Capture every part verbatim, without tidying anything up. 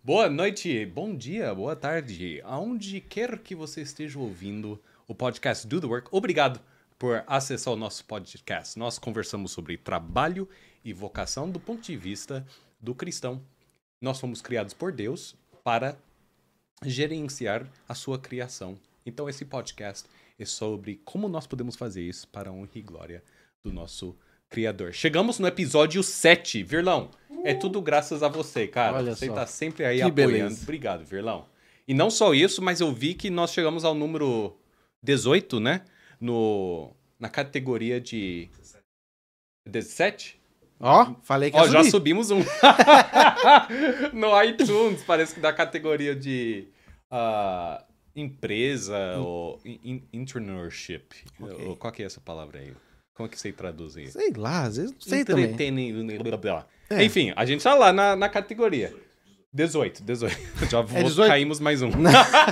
Boa noite, bom dia, boa tarde, aonde quer que você esteja ouvindo o podcast Do The Work, obrigado por acessar o nosso podcast. Nós conversamos sobre trabalho e vocação do ponto de vista do cristão. Nós fomos criados por Deus para gerenciar a sua criação. Então esse podcast é sobre como nós podemos fazer isso para a honra e glória do nosso Criador. Chegamos no episódio sete, Virlão. Uh. É tudo graças a você, cara. Olha você só. tá sempre aí Que apoiando. beleza. Obrigado, Virlão. E não só isso, mas eu vi que nós chegamos ao número dezoito, né? No, na categoria de dezessete. Ó, falei que Ó, ia já subir. subimos um. No iTunes, parece que da categoria de uh, empresa hum. ou in, entrepreneurship. Okay. Ou, qual que é essa palavra aí? Como é que você traduz aí? Sei lá, às vezes não sei também. É. Enfim, a gente tá lá na, na categoria. dezoito, dezoito. Já É dezoito? caímos mais um.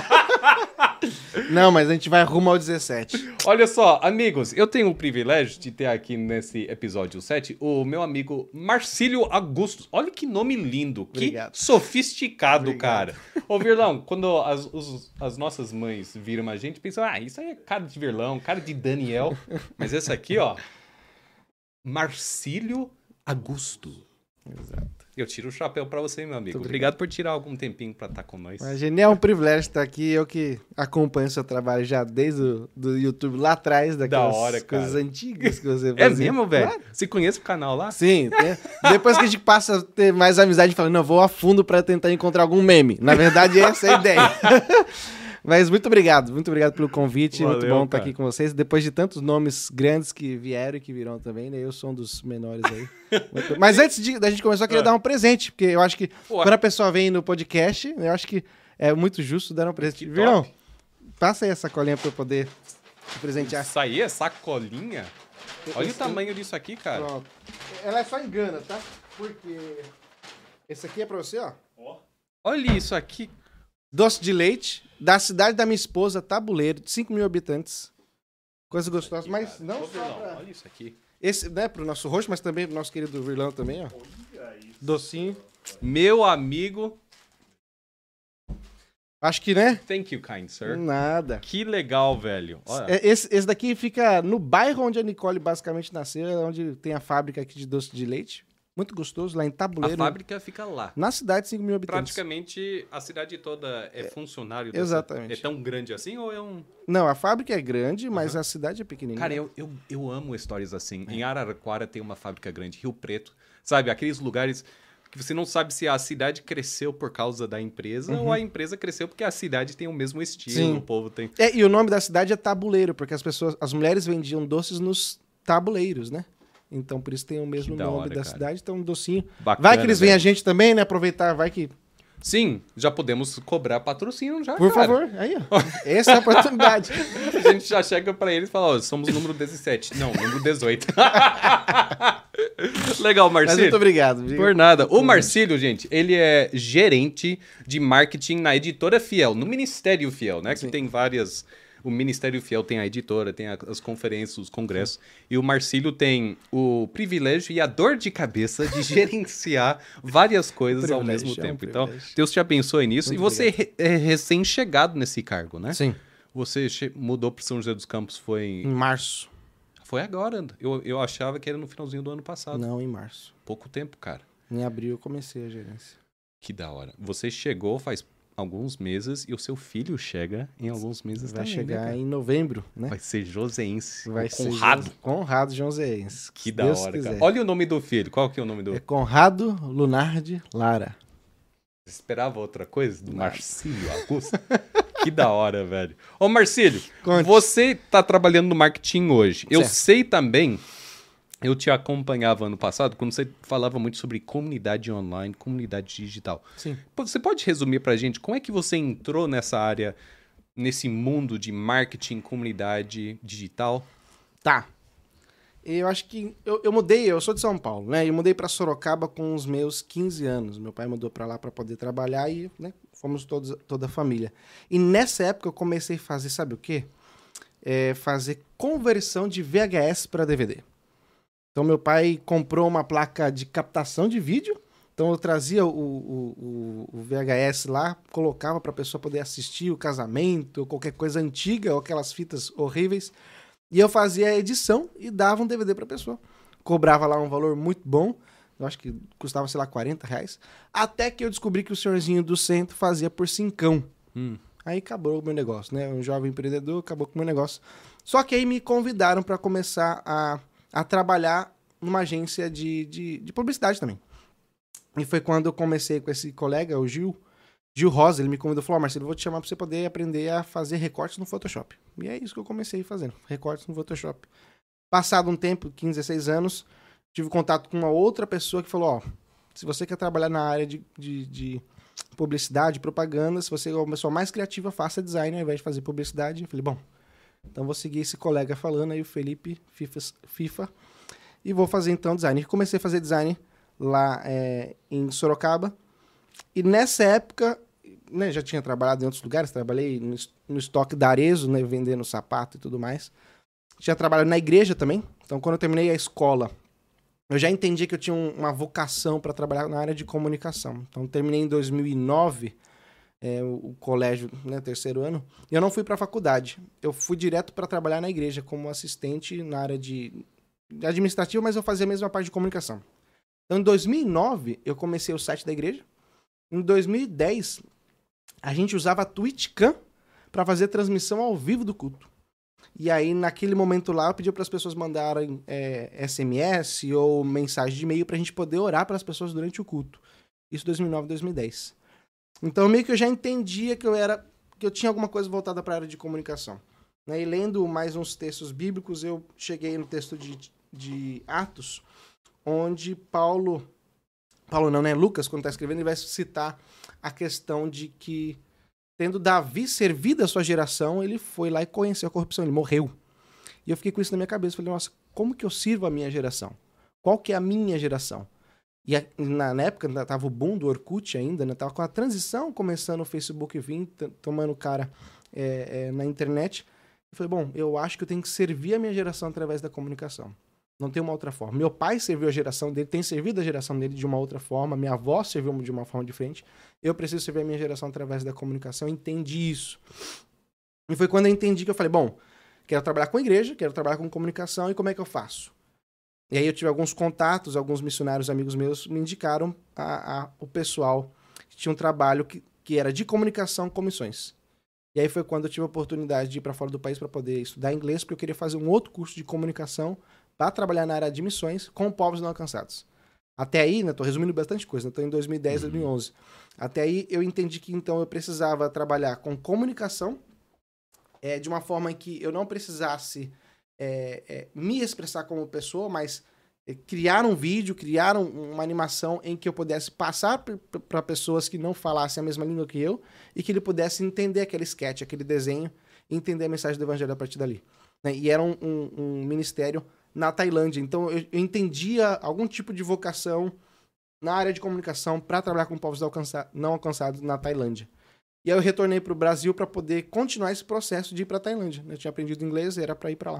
Não, mas a gente vai rumo ao dezessete. Olha só, amigos, eu tenho o privilégio de ter aqui nesse episódio sete o meu amigo Marcílio Augusto. Olha que nome lindo, Obrigado. Que sofisticado, Obrigado. Cara. Ô, Virlão, quando as, os, as nossas mães viram a gente, pensam, ah, isso aí é cara de Virlão, cara de Daniel. Mas esse aqui, ó, Marcílio Augusto. Exato. Eu tiro o chapéu pra você, meu amigo. Muito Obrigado por tirar algum tempinho pra estar com nós. Imagina, é um privilégio estar aqui. Eu que acompanho o seu trabalho já desde o do YouTube lá atrás, daquelas da hora, coisas cara. antigas que você É fazia. mesmo, velho? Claro. Você conhece o canal lá? Sim. Tem... Depois que a gente passa a ter mais amizade, a gente fala, não, vou a fundo pra tentar encontrar algum meme. Na verdade, essa é a ideia. Mas muito obrigado, muito obrigado pelo convite. Valeu, muito bom estar cara. aqui com vocês. Depois de tantos nomes grandes que vieram e que virão também, né? Eu sou um dos menores aí. Mas antes de, da gente começar, eu queria é. dar um presente, porque eu acho que Ué. quando a pessoa vem no podcast, eu acho que é muito justo dar um presente. Que Virão, top. passa aí essa colinha pra eu poder te presentear. Isso aí é sacolinha? Olha Esse- o tamanho disso aqui, cara. Pronto. Ela é só engana, tá? Porque esse aqui é pra você, ó. Olha isso aqui. Doce de leite, da cidade da minha esposa, Tabuleiro, de cinco mil habitantes. Coisa gostosa, Aqui, mas cara. não Ô, só Virlão, pra... olha isso aqui. Esse, né, pro nosso rosto, mas também pro nosso querido Virlão também, ó. Docinho. Meu amigo. Acho que, né? Thank you, kind sir. Nada. Que legal, velho. Olha. É, Esse, esse daqui fica no bairro onde a Nicole basicamente nasceu, é onde tem a fábrica aqui de doce de leite. Muito gostoso, lá em A Tabuleiro. fábrica fica lá. Na cidade de cinco mil habitantes. Praticamente a cidade toda é funcionário dessa... exatamente. É tão grande assim ou é um... Não, a fábrica é grande, mas a cidade é pequenininha. Cara, eu, eu, eu amo histórias assim. Em Araraquara tem uma fábrica grande, Rio Preto. Sabe, aqueles lugares que você não sabe se a cidade cresceu por causa da empresa ou a empresa cresceu porque a cidade tem o mesmo estilo, Sim. o povo tem... É, e o nome da cidade é Tabuleiro, porque as pessoas, as mulheres vendiam doces nos tabuleiros, né? Então, por isso tem o mesmo da nome hora, da cara. cidade, então um docinho. Bacana, Vai que eles veem velho. a gente também, né? Aproveitar, vai que... Sim, já podemos cobrar patrocínio já, Por cara. favor, aí, ó. Essa é a oportunidade. A gente já chega pra eles e fala, ó, somos o número dezessete. Não, número dezoito. Legal, Mas Marcílio. muito obrigado. viu? Por nada. O Marcílio, gente, ele é gerente de marketing na Editora Fiel, no Ministério Fiel, né? Que Sim. tem várias... O Ministério Fiel tem a editora, tem a- as conferências, os congressos. E o Marcílio tem o privilégio e a dor de cabeça de gerenciar várias coisas ao Privilégio, mesmo é um tempo. Então, privilégio. Deus te abençoe nisso. Muito e você re- é recém-chegado nesse cargo, né? Sim, Você che- mudou para São José dos Campos, foi... em março. Foi agora. Eu, eu achava que era no finalzinho do ano passado. Não, em março. Pouco tempo, cara. Em abril eu comecei a gerência. Que da hora. Você chegou faz alguns meses e o seu filho chega em alguns meses Vai também, chegar né, cara? em novembro, né? Vai ser Joseense. Vai Vai ser Conrado. Jose- Conrado Joséense. Que se da Deus hora, quiser. cara. Olha o nome do filho. Qual que é o nome do... É Conrado Lunardi Lara. Você esperava outra coisa? Do Nada. Marcílio Augusto? Que da hora, velho. Ô, Marcílio, Conte. você tá trabalhando no marketing hoje. Eu Certo. sei também... Eu te acompanhava ano passado quando você falava muito sobre comunidade online, comunidade digital. Sim. Pô, você pode resumir pra gente como é que você entrou nessa área, nesse mundo de marketing, comunidade digital? Tá. Eu acho que... Eu, eu mudei, eu sou de São Paulo, né? Eu mudei pra Sorocaba com os meus quinze anos. Meu pai mudou pra lá pra poder trabalhar e, né, fomos todos, toda a família. E nessa época eu comecei a fazer, sabe o quê? É fazer conversão de V H S pra D V D. Então meu pai comprou uma placa de captação de vídeo Então eu trazia o, o, o V H S lá, colocava para a pessoa poder assistir o casamento, ou qualquer coisa antiga, ou aquelas fitas horríveis. E eu fazia a edição e dava um D V D para a pessoa. Cobrava lá um valor muito bom, eu acho que custava, sei lá, quarenta reais. Até que eu descobri que o senhorzinho do centro fazia por cincão. Hum. Aí acabou o meu negócio, né? Um jovem empreendedor, acabou com o meu negócio. Só que aí me convidaram para começar a, a trabalhar numa agência de, de, de publicidade também. E foi quando eu comecei com esse colega, o Gil, Gil Rosa, ele me convidou e falou, oh, Marcelo, eu vou te chamar para você poder aprender a fazer recortes no Photoshop. E é isso que eu comecei fazendo, recortes no Photoshop. Passado um tempo, quinze, dezesseis anos, tive contato com uma outra pessoa que falou, ó, oh, se você quer trabalhar na área de, de, de publicidade, propaganda, se você é uma pessoa mais criativa, faça design ao invés de fazer publicidade. Eu falei, bom, então vou seguir esse colega falando aí, o Felipe FIFA, FIFA e vou fazer então design. E comecei a fazer design lá é, em Sorocaba. E nessa época, né, já tinha trabalhado em outros lugares, trabalhei no, no estoque da Arezzo, né, vendendo sapato e tudo mais. Tinha trabalhado na igreja também. Então, quando eu terminei a escola, eu já entendi que eu tinha um, uma vocação para trabalhar na área de comunicação. Então, terminei em dois mil e nove é, o, o colégio, né, terceiro ano, e eu não fui para a faculdade. Eu fui direto para trabalhar na igreja como assistente na área de, de administrativa, mas eu fazia a mesma parte de comunicação. Então, em dois mil e nove, eu comecei o site da igreja. Em dois mil e dez, a gente usava a TwitchCam para fazer transmissão ao vivo do culto. E aí, naquele momento lá, eu pedi para as pessoas mandarem é, S M S ou mensagem de e-mail para a gente poder orar para as pessoas durante o culto. Isso em dois mil e nove, dois mil e dez. Então, meio que eu já entendia que eu era, que eu tinha alguma coisa voltada para a área de comunicação. Né? E lendo mais uns textos bíblicos, eu cheguei no texto de, de Atos, onde Paulo, Paulo não, né? Lucas, quando está escrevendo, ele vai citar a questão de que, tendo Davi servido a sua geração, ele foi lá e conheceu a corrupção, ele morreu. E eu fiquei com isso na minha cabeça, falei, nossa, como que eu sirvo a minha geração? Qual que é a minha geração? E a, na, na época, estava o boom do Orkut ainda, né? Tava com a transição começando o Facebook vir, tomando cara é, é, na internet. Eu falei, bom, eu acho que eu tenho que servir a minha geração através da comunicação. Não tem uma outra forma. Meu pai serviu a geração dele, tem servido a geração dele de uma outra forma, minha avó serviu de uma forma diferente. Eu preciso servir a minha geração através da comunicação. Eu entendi isso. E foi quando eu entendi que eu falei, bom, quero trabalhar com a igreja, quero trabalhar com comunicação, e como é que eu faço? E aí eu tive alguns contatos, alguns missionários amigos meus me indicaram a, a, o pessoal que tinha um trabalho que, que era de comunicação com missões. E aí foi quando eu tive a oportunidade de ir para fora do país para poder estudar inglês, porque eu queria fazer um outro curso de comunicação para trabalhar na área de missões com povos não alcançados. Até aí, né, tô resumindo bastante coisa, estou em dois mil e dez, uhum. dois mil e onze. Até aí eu entendi que então eu precisava trabalhar com comunicação é, de uma forma em que eu não precisasse é, é, me expressar como pessoa, mas é, criar um vídeo, criar um, uma animação em que eu pudesse passar para pessoas que não falassem a mesma língua que eu e que ele pudesse entender aquele sketch, aquele desenho e entender a mensagem do evangelho a partir dali. Né? E era um, um, um ministério na Tailândia. Então, eu, eu entendia algum tipo de vocação na área de comunicação para trabalhar com povos alcança- não alcançados na Tailândia. E aí eu retornei para o Brasil para poder continuar esse processo de ir para a Tailândia. Eu tinha aprendido inglês, era para ir para lá.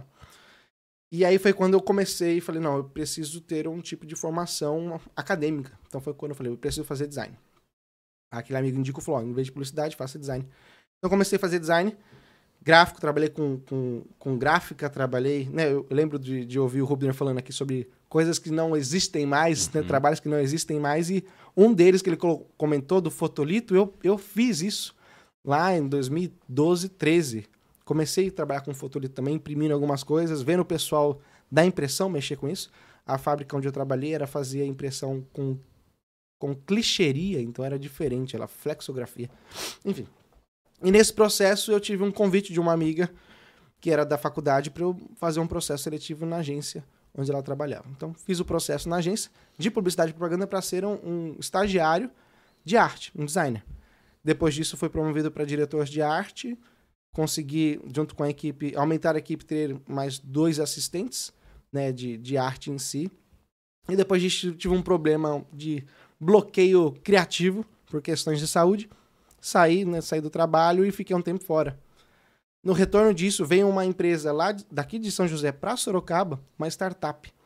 E aí foi quando eu comecei e falei, não, eu preciso ter um tipo de formação acadêmica. Então foi quando eu falei, eu preciso fazer design. Aquele amigo indicou, falou, em vez de publicidade, faça design. Então eu comecei a fazer design gráfico, trabalhei com, com, com gráfica, trabalhei, né, eu lembro de, de ouvir o Rubner falando aqui sobre coisas que não existem mais, uhum. né, trabalhos que não existem mais, e um deles que ele comentou do fotolito, eu, eu fiz isso lá em dois mil e doze, treze. Comecei a trabalhar com fotolito também, imprimindo algumas coisas, vendo o pessoal da impressão mexer com isso. A fábrica onde eu trabalhei era fazer impressão com, com clichêria, então era diferente, era flexografia. Enfim. E nesse processo eu tive um convite de uma amiga que era da faculdade para eu fazer um processo seletivo na agência onde ela trabalhava. Então fiz o processo na agência de publicidade e propaganda para ser um, um estagiário de arte, um designer. Depois disso fui promovido para diretor de arte, consegui, junto com a equipe, aumentar a equipe, ter mais dois assistentes, né, de, de arte em si. E depois disso tive um problema de bloqueio criativo por questões de saúde. Saí, né, saí do trabalho e fiquei um tempo fora. No retorno disso, veio uma empresa lá daqui de São José para Sorocaba, uma startup,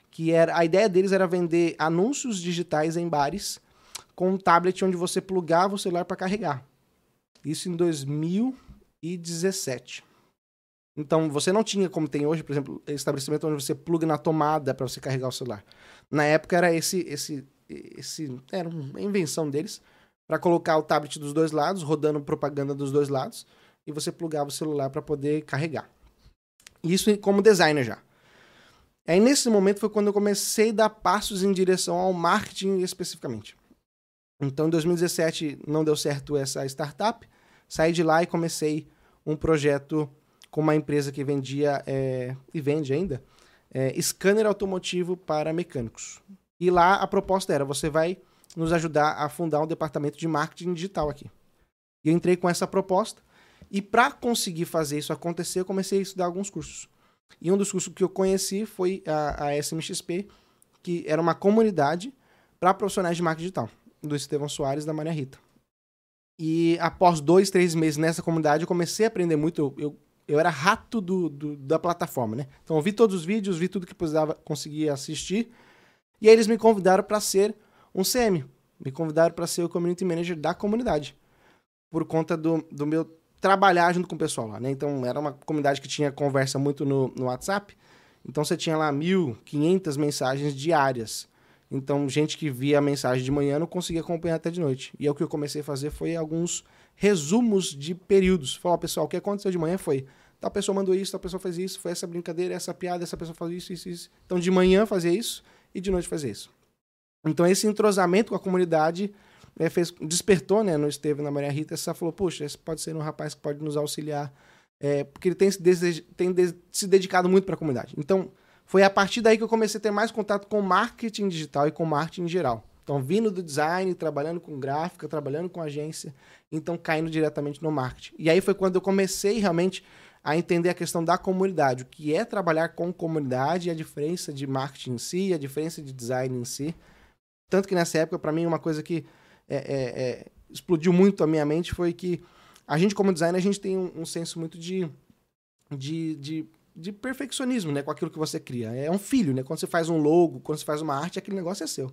que era a ideia deles era vender anúncios digitais em bares com um tablet onde você plugava o celular para carregar. Isso em dois mil e dezessete. Então, você não tinha, como tem hoje, por exemplo, estabelecimento onde você pluga na tomada para você carregar o celular. Na época era esse, esse, esse era uma invenção deles para colocar o tablet dos dois lados, rodando propaganda dos dois lados, e você plugava o celular para poder carregar. Isso como designer já. Aí nesse momento foi quando eu comecei a dar passos em direção ao marketing especificamente. Então em dois mil e dezessete não deu certo essa startup, saí de lá e comecei um projeto com uma empresa que vendia, é, e vende ainda, é, scanner automotivo para mecânicos. E lá a proposta era, você vai nos ajudar a fundar um departamento de marketing digital aqui. E eu entrei com essa proposta, e para conseguir fazer isso acontecer, eu comecei a estudar alguns cursos. E um dos cursos que eu conheci foi a, a S M X P, que era uma comunidade para profissionais de marketing digital, do Estevão Soares e da Maria Rita. E após dois, três meses nessa comunidade, eu comecei a aprender muito. Eu, eu, eu era rato do, do, da plataforma, né? Então eu vi todos os vídeos, vi tudo que precisava conseguir assistir. E aí eles me convidaram para ser um C M. Me convidaram para ser o Community Manager da comunidade. Por conta do, do meu trabalhar junto com o pessoal lá, né? Então era uma comunidade que tinha conversa muito no, no WhatsApp. Então você tinha lá mil, quinhentas mensagens diárias. Então, gente que via a mensagem de manhã não conseguia acompanhar até de noite. E aí, o que eu comecei a fazer foi alguns resumos de períodos. Falar, pessoal, o que aconteceu de manhã foi, tal pessoa mandou isso, tal pessoa fez isso, foi essa brincadeira, essa piada, essa pessoa faz isso, isso, isso. Então, de manhã fazia isso e de noite fazia isso. Então, esse entrosamento com a comunidade né, fez, despertou né, no Estevão e na Maria Rita, essa falou, poxa, esse pode ser um rapaz que pode nos auxiliar, é, porque ele tem, se, desej, tem de, se dedicado muito para a comunidade. Então, foi a partir daí que eu comecei a ter mais contato com marketing digital e com marketing em geral. Então, vindo do design, trabalhando com gráfica, trabalhando com agência, então caindo diretamente no marketing. E aí foi quando eu comecei realmente a entender a questão da comunidade, o que é trabalhar com comunidade, a diferença de marketing em si, a diferença de design em si. Tanto que nessa época, para mim, uma coisa que é, é, é, explodiu muito a minha mente foi que a gente, como designer, a gente tem um, um senso muito de... de, de de perfeccionismo, né, com aquilo que você cria. É um filho, né? Quando você faz um logo, quando você faz uma arte, aquele negócio é seu.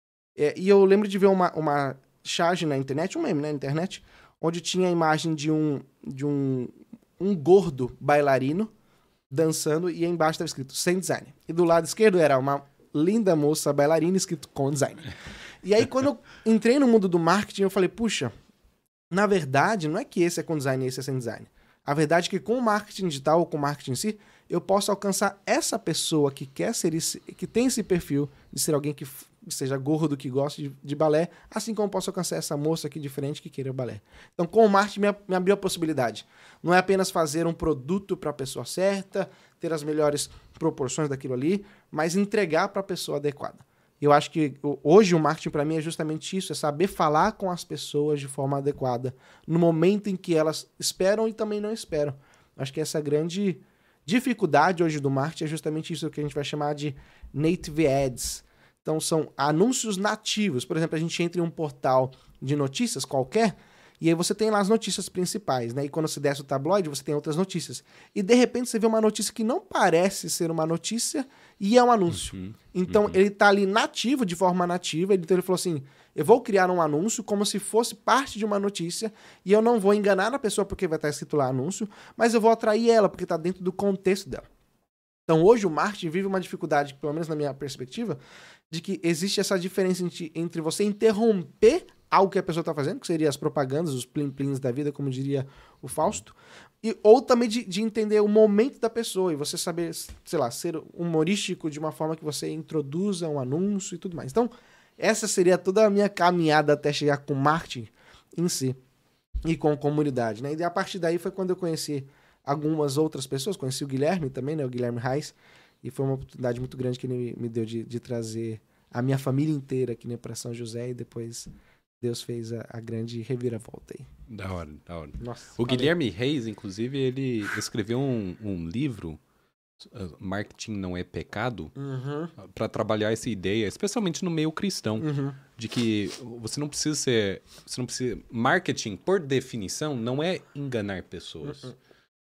É, e eu lembro de ver uma, uma charge na internet, um meme, né, na internet, onde tinha a imagem de um, de um, um gordo bailarino dançando e aí embaixo estava escrito sem design. E do lado esquerdo era uma linda moça bailarina escrito com design. E aí quando eu entrei no mundo do marketing, eu falei, puxa, na verdade, não é que esse é com design e esse é sem design. A verdade é que com o marketing digital ou com o marketing em si, eu posso alcançar essa pessoa que quer ser esse, que tem esse perfil de ser alguém que seja gordo, que gosta de, de balé, assim como eu posso alcançar essa moça aqui diferente que queira balé. Então, com o marketing me, me abriu a possibilidade. Não é apenas fazer um produto para a pessoa certa, ter as melhores proporções daquilo ali, mas entregar para a pessoa adequada. Eu acho que hoje o marketing para mim é justamente isso, é saber falar com as pessoas de forma adequada, no momento em que elas esperam e também não esperam. Acho que essa grande dificuldade hoje do marketing é justamente isso que a gente vai chamar de native ads. Então são anúncios nativos. Por exemplo, a gente entra em um portal de notícias qualquer e aí você tem lá as notícias principais, né? E quando você desce o tabloide, você tem outras notícias. E de repente você vê uma notícia que não parece ser uma notícia e é um anúncio. Uhum, então uhum. ele tá ali nativo, de forma nativa. Então ele falou assim, eu vou criar um anúncio como se fosse parte de uma notícia e eu não vou enganar a pessoa porque vai estar escrito lá anúncio, mas eu vou atrair ela porque está dentro do contexto dela. Então hoje o marketing vive uma dificuldade, pelo menos na minha perspectiva, de que existe essa diferença entre, entre você interromper algo que a pessoa está fazendo, que seria as propagandas, os plim-plins da vida, como diria o Fausto, e, ou também de, de entender o momento da pessoa e você saber, sei lá, ser humorístico de uma forma que você introduza um anúncio e tudo mais. Então, essa seria toda a minha caminhada até chegar com marketing em si e com comunidade, né? E a partir daí foi quando eu conheci algumas outras pessoas, conheci o Guilherme também, né? O Guilherme Reis, e foi uma oportunidade muito grande que ele me deu de, de trazer a minha família inteira aqui né, para São José e depois Deus fez a, a grande reviravolta aí. Da hora, da hora. Nossa, o Guilherme Reis, inclusive, ele escreveu um, um livro, uh, Marketing Não é Pecado, uhum. para trabalhar essa ideia, especialmente no meio cristão, uhum. de que você não precisa ser... Você não precisa, marketing, por definição, não é enganar pessoas. Uhum.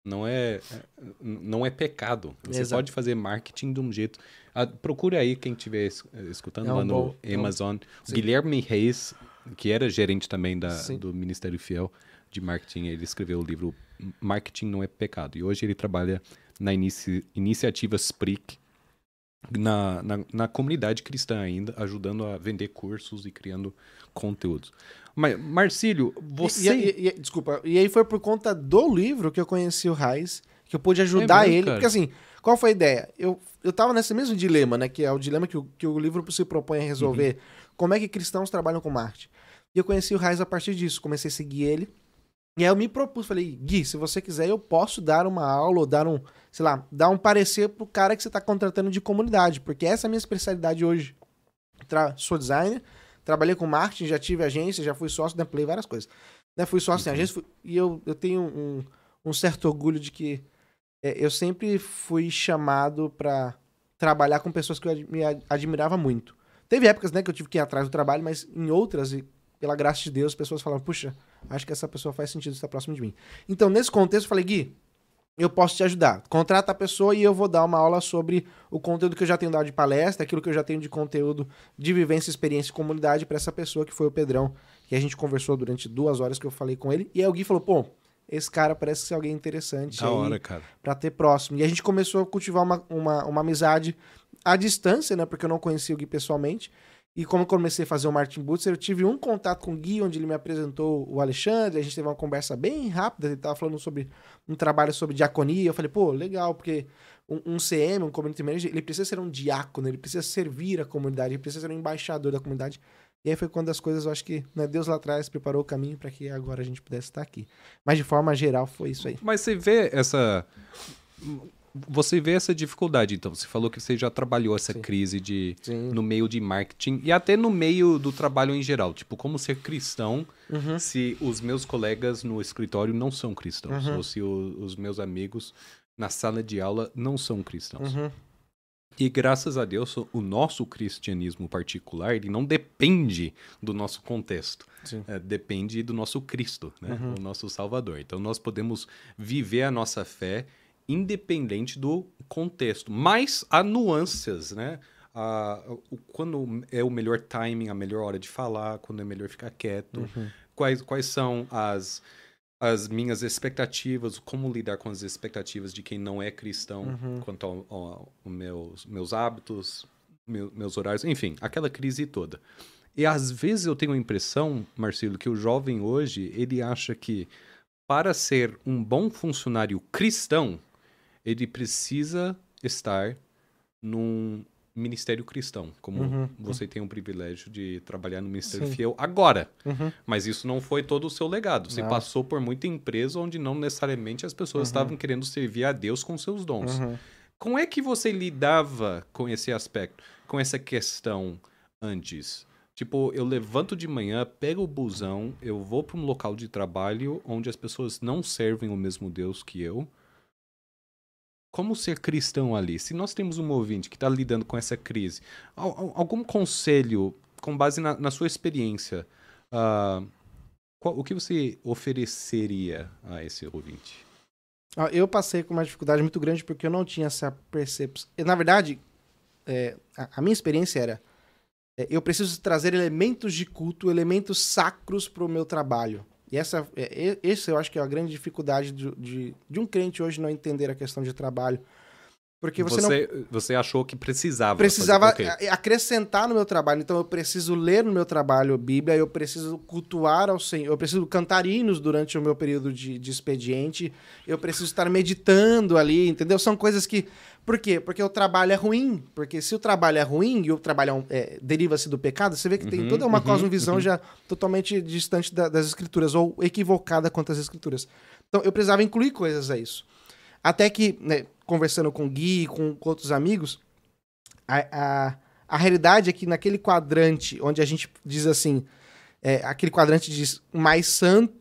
Não é, não é pecado. Você Exato. pode fazer marketing de um jeito. Ah, procure aí quem estiver es- escutando É um lá no bom- é um- Amazon. Sim. Guilherme Reis, que era gerente também da, Sim. do Ministério Fiel de Marketing, ele escreveu o livro Marketing Não é Pecado. E hoje ele trabalha na inici- iniciativa Sprick, na, na, na comunidade cristã ainda, ajudando a vender cursos e criando conteúdos. Mas, Marcílio, você... E, e- e- desculpa, e aí foi por conta do livro que eu conheci o Raiz, que eu pude ajudar É mesmo, ele. cara? Porque assim, qual foi a ideia? Eu, eu tava nesse mesmo dilema, né? Que é o dilema que o, que o livro se propõe a resolver. Uhum. Como é que cristãos trabalham com marketing? E eu conheci o Raiz a partir disso, comecei a seguir ele. E aí eu me propus, falei, Gui, se você quiser, eu posso dar uma aula ou dar um, sei lá, dar um parecer pro cara que você tá contratando de comunidade, porque essa é a minha especialidade hoje. Tra sou designer, trabalhei com marketing, já tive agência, já fui sócio da Play, várias coisas. Né, fui sócio em Uhum. agência fui, e eu, eu tenho um, um certo orgulho de que é, eu sempre fui chamado para trabalhar com pessoas que eu ad me ad admirava muito. Teve épocas, né, que eu tive que ir atrás do trabalho, mas em outras, e pela graça de Deus, as pessoas falavam, puxa, acho que essa pessoa faz sentido estar próximo de mim. Então, nesse contexto, eu falei, Gui, eu posso te ajudar. Contrata a pessoa e eu vou dar uma aula sobre o conteúdo que eu já tenho dado de palestra, aquilo que eu já tenho de conteúdo de vivência, experiência e comunidade para essa pessoa que foi o Pedrão, que a gente conversou durante duas horas que eu falei com ele. E aí o Gui falou, pô, esse cara parece ser alguém interessante Da aí hora, cara. pra ter próximo. E a gente começou a cultivar uma, uma, uma amizade à distância, né? Porque eu não conhecia o Gui pessoalmente. E como eu comecei a fazer o Martin Butzer, eu tive um contato com o Gui, onde ele me apresentou o Alexandre, a gente teve uma conversa bem rápida, ele tava falando sobre um trabalho sobre diaconia, eu falei, pô, legal, porque um, um C M, um Community Manager, ele precisa ser um diácono, ele precisa servir a comunidade, ele precisa ser um embaixador da comunidade. E aí foi quando as coisas, eu acho que, né, Deus lá atrás preparou o caminho para que agora a gente pudesse estar aqui. Mas de forma geral foi isso aí. Mas você vê essa... Você vê essa dificuldade, então. Você falou que você já trabalhou essa Sim. crise de, Sim. no meio de marketing e até no meio do trabalho em geral. Tipo, como ser cristão Uhum. se os meus colegas no escritório não são cristãos. Uhum. Ou se o- os meus amigos na sala de aula não são cristãos. Uhum. E graças a Deus, o nosso cristianismo particular, ele não depende do nosso contexto. Sim. É, depende do nosso Cristo, né? Uhum. O nosso Salvador. Então, nós podemos viver a nossa fé independente do contexto. Mas há nuances, né? Ah, o- quando é o melhor timing, a melhor hora de falar, quando é melhor ficar quieto. Uhum. Quais, quais são as, as minhas expectativas, como lidar com as expectativas de quem não é cristão Uhum. quanto ao, ao, ao meus, meus hábitos, meu, meus horários, enfim, aquela crise toda. E às vezes eu tenho a impressão, Marcelo, que o jovem hoje, ele acha que para ser um bom funcionário cristão, ele precisa estar num ministério cristão, como Uhum. você tem o privilégio de trabalhar no Ministério Sim. Fiel agora. Uhum. Mas isso não foi todo o seu legado. Você Não. passou por muita empresa onde não necessariamente as pessoas Uhum. estavam querendo servir a Deus com seus dons. Uhum. Como é que você lidava com esse aspecto, com essa questão antes? Tipo, eu levanto de manhã, pego o busão, eu vou para um local de trabalho onde as pessoas não servem o mesmo Deus que eu. Como ser cristão ali? Se nós temos um ouvinte que está lidando com essa crise, al- al- algum conselho, com base na, na sua experiência, ah, qual- o que você ofereceria a esse ouvinte? Ó, eu passei com uma dificuldade muito grande porque eu não tinha essa percepção. E, na verdade, é, a, a minha experiência era: é, eu preciso trazer elementos de culto, elementos sacros para o meu trabalho. E essa, é, e- esse eu acho que é a grande dificuldade de, de, de um crente hoje não entender a questão de trabalho. Porque você, não Você, você achou que precisava. precisava fazer- ok. a- acrescentar no meu trabalho. Então eu preciso ler no meu trabalho Bíblia, eu preciso cultuar ao Senhor, eu preciso cantar hinos durante o meu período de, de expediente, eu preciso estar meditando ali, entendeu? São coisas que... Por quê? Porque o trabalho é ruim. Porque se o trabalho é ruim e o trabalho é um- é, deriva-se do pecado, você vê que tem Uhum, toda uma uhum, cosmovisão uhum. já totalmente distante da- das escrituras, ou equivocada quanto às escrituras. Então eu precisava incluir coisas a isso. Até que, né, conversando com o Gui, com, com outros amigos, a, a, a realidade é que naquele quadrante onde a gente diz assim, é, aquele quadrante diz mais santo,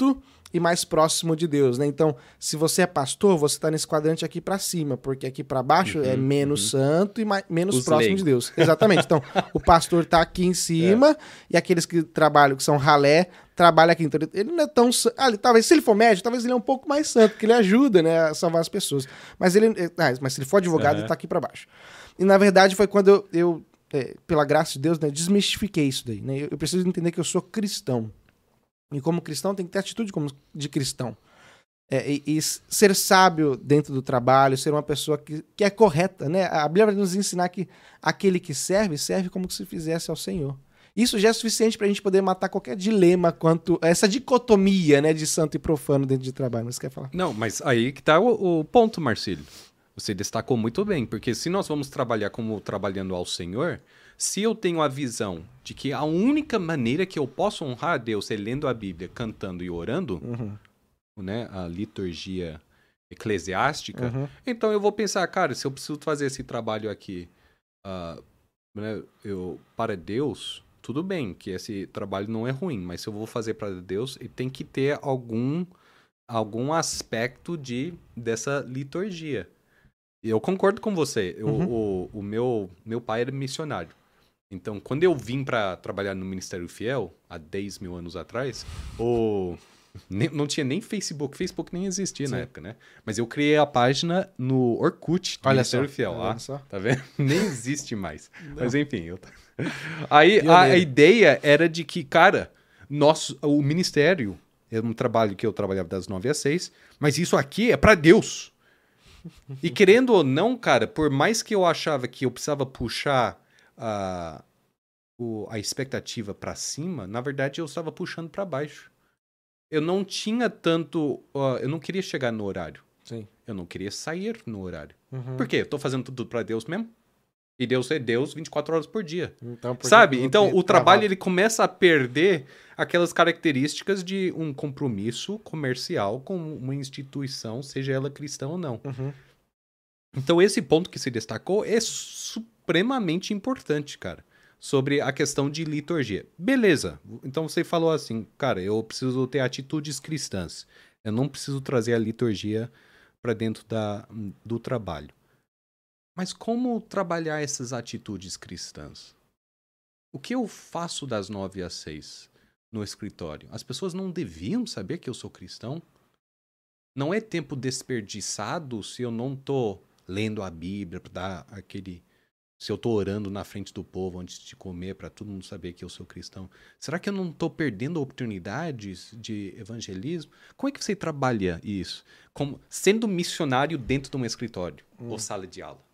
e mais próximo de Deus, né? Então, se você é pastor, você está nesse quadrante aqui para cima, porque aqui para baixo Uhum, é menos uhum. santo e mais, menos Os próximo leigos. de Deus. Exatamente. Então, o pastor está aqui em cima e aqueles que trabalham, que são ralé, trabalham aqui. Então, ele não é tão... sa- Ah, ele, talvez, se ele for médico, talvez ele é um pouco mais santo, porque ele ajuda, né, a salvar as pessoas. Mas, ele, ah, mas se ele for advogado, Uhum. ele está aqui para baixo. E, na verdade, foi quando eu, eu é, pela graça de Deus, né, desmistifiquei isso daí. Né? Eu, eu preciso entender que eu sou cristão. E como cristão, tem que ter atitude como de cristão. É, e, e ser sábio dentro do trabalho, ser uma pessoa que, que é correta. Né? A Bíblia vai nos ensinar que aquele que serve, serve como se fizesse ao Senhor. Isso já é suficiente para a gente poder matar qualquer dilema quanto a essa dicotomia, né, de santo e profano dentro de trabalho. Mas você quer falar? Não, mas aí que tá o, o ponto, Marcílio. Você destacou muito bem, porque se nós vamos trabalhar como trabalhando ao Senhor, se eu tenho a visão de que a única maneira que eu posso honrar a Deus é lendo a Bíblia, cantando e orando, Uhum. né, a liturgia eclesiástica, Uhum. então eu vou pensar, cara, se eu preciso fazer esse trabalho aqui ah, né, eu, para Deus, tudo bem que esse trabalho não é ruim, mas se eu vou fazer para Deus, ele tem que ter algum, algum aspecto de, dessa liturgia. E eu concordo com você. Eu, Uhum. o o meu, meu pai era missionário. Então, quando eu vim para trabalhar no Ministério Fiel, há dez mil anos atrás, o... nem- não tinha nem Facebook. Facebook nem existia na Sim. época, né? Mas eu criei a página no Orkut do Olha Ministério só, Fiel. tá Ah, vendo só? tá vendo? Nem existe mais. Não. Mas enfim. Eu... Aí a, Pioneiro. a ideia era de que, cara, nosso, o Ministério é um trabalho que eu trabalhava das nove às seis, mas isso aqui é para Deus. E querendo ou não, cara, por mais que eu achava que eu precisava puxar a, o- a expectativa pra cima, na verdade eu estava puxando pra baixo. Eu não tinha tanto. ó, eu não queria chegar no horário. Sim. Eu não queria sair no horário. Uhum. Por quê? Eu tô fazendo tudo pra Deus mesmo? E Deus é Deus vinte e quatro horas por dia. Então, por que que Sabe? eu vou Então ter o trabalho travado? ele começa a perder aquelas características de um compromisso comercial com uma instituição, seja ela cristã ou não. Uhum. Então, esse ponto que se destacou é supremamente importante, cara, sobre a questão de liturgia. Beleza, então você falou assim, cara, eu preciso ter atitudes cristãs. Eu não preciso trazer a liturgia para dentro da, do trabalho. Mas como trabalhar essas atitudes cristãs? O que eu faço das nove às seis no escritório? As pessoas não deviam saber que eu sou cristão? Não é tempo desperdiçado se eu não tô lendo a Bíblia para dar aquele... Se eu tô orando na frente do povo antes de comer para todo mundo saber que eu sou cristão. Será que eu não tô perdendo oportunidades de evangelismo? Como é que você trabalha isso? Como sendo missionário dentro de um escritório Hum. ou sala de aula?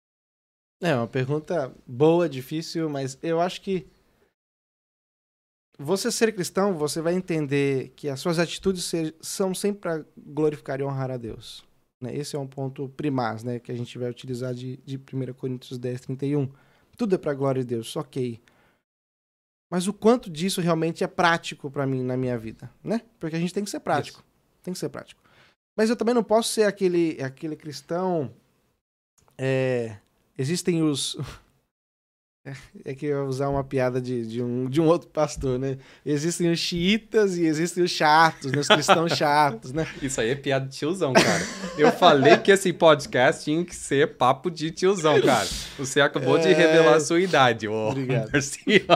É uma pergunta boa, difícil, mas eu acho que você ser cristão, você vai entender que as suas atitudes se- são sempre para glorificar e honrar a Deus. Né? Esse é um ponto primaz, né, que a gente vai utilizar de, de primeira Coríntios dez, trinta e um. Tudo é para a glória de Deus, ok. Mas o quanto disso realmente é prático para mim na minha vida, né? Porque a gente tem que ser prático. Tem que ser prático. Mas eu também não posso ser aquele, aquele cristão... é, existem os... É que eu ia usar uma piada de, de, um, de um outro pastor, né? Existem os xiitas e existem os chatos, né? Os cristãos chatos, né? Isso aí é piada de tiozão, cara. Eu falei que esse podcast tinha que ser papo de tiozão, cara. Você acabou de É. revelar a sua idade, ô Obrigado. Marcinho.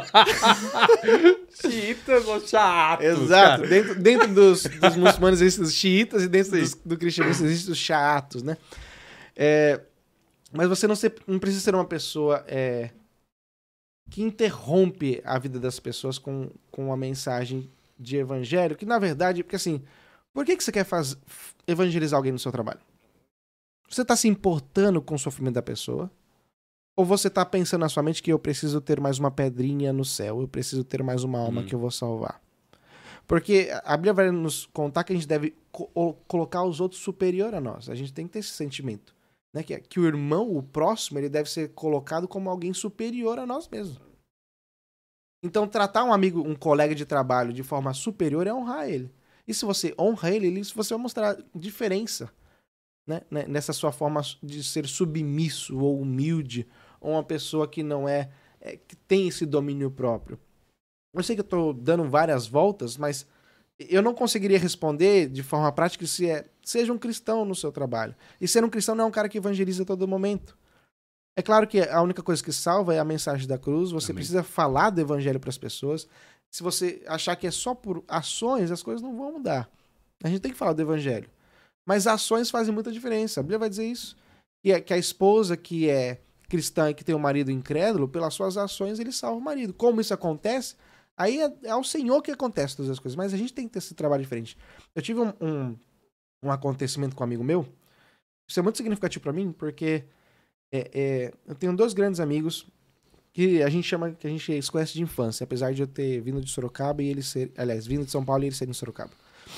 Xiitas ou chatos, Exato. cara. Dentro, dentro dos, dos muçulmanos existem os xiitas e dentro Sim. dos, do cristianismo existem os chatos, né? É, mas você não, ser, não precisa ser uma pessoa é, que interrompe a vida das pessoas com, com uma mensagem de evangelho, que na verdade, porque assim, por que, que você quer faz, evangelizar alguém no seu trabalho? Você está se importando com o sofrimento da pessoa? Ou você está pensando na sua mente que eu preciso ter mais uma pedrinha no céu, eu preciso ter mais uma alma Hum. que eu vou salvar? Porque a Bíblia vai nos contar que a gente deve co- colocar os outros superior a nós. A gente tem que ter esse sentimento. Né? Que, que o irmão, o próximo, ele deve ser colocado como alguém superior a nós mesmos. Então, tratar um amigo, um colega de trabalho de forma superior é honrar ele. E se você honra ele, ele você vai mostrar diferença, né? Nessa sua forma de ser submisso ou humilde, ou uma pessoa que não é, é que tem esse domínio próprio. Eu sei que eu tô dando várias voltas, mas Eu não conseguiria responder de forma prática se é, seja um cristão no seu trabalho. E ser um cristão não é um cara que evangeliza a todo momento. É claro que a única coisa que salva é a mensagem da cruz. Você Amém. precisa falar do evangelho para as pessoas. Se você achar que é só por ações, as coisas não vão mudar. A gente tem que falar do evangelho. Mas ações fazem muita diferença. A Bíblia vai dizer isso. Que, é, que a esposa que é cristã e que tem um marido incrédulo, pelas suas ações ele salva o marido. Como isso acontece? Aí é, é ao Senhor que acontece todas as coisas. Mas a gente tem que ter esse trabalho diferente. Eu tive um, um, um acontecimento com um amigo meu. Isso é muito significativo para mim, porque é, é, eu tenho dois grandes amigos que a gente chama, que a gente se conhece de infância, apesar de eu ter vindo de Sorocaba e ele ser, aliás, vindo de São Paulo e ele ser de Sorocaba.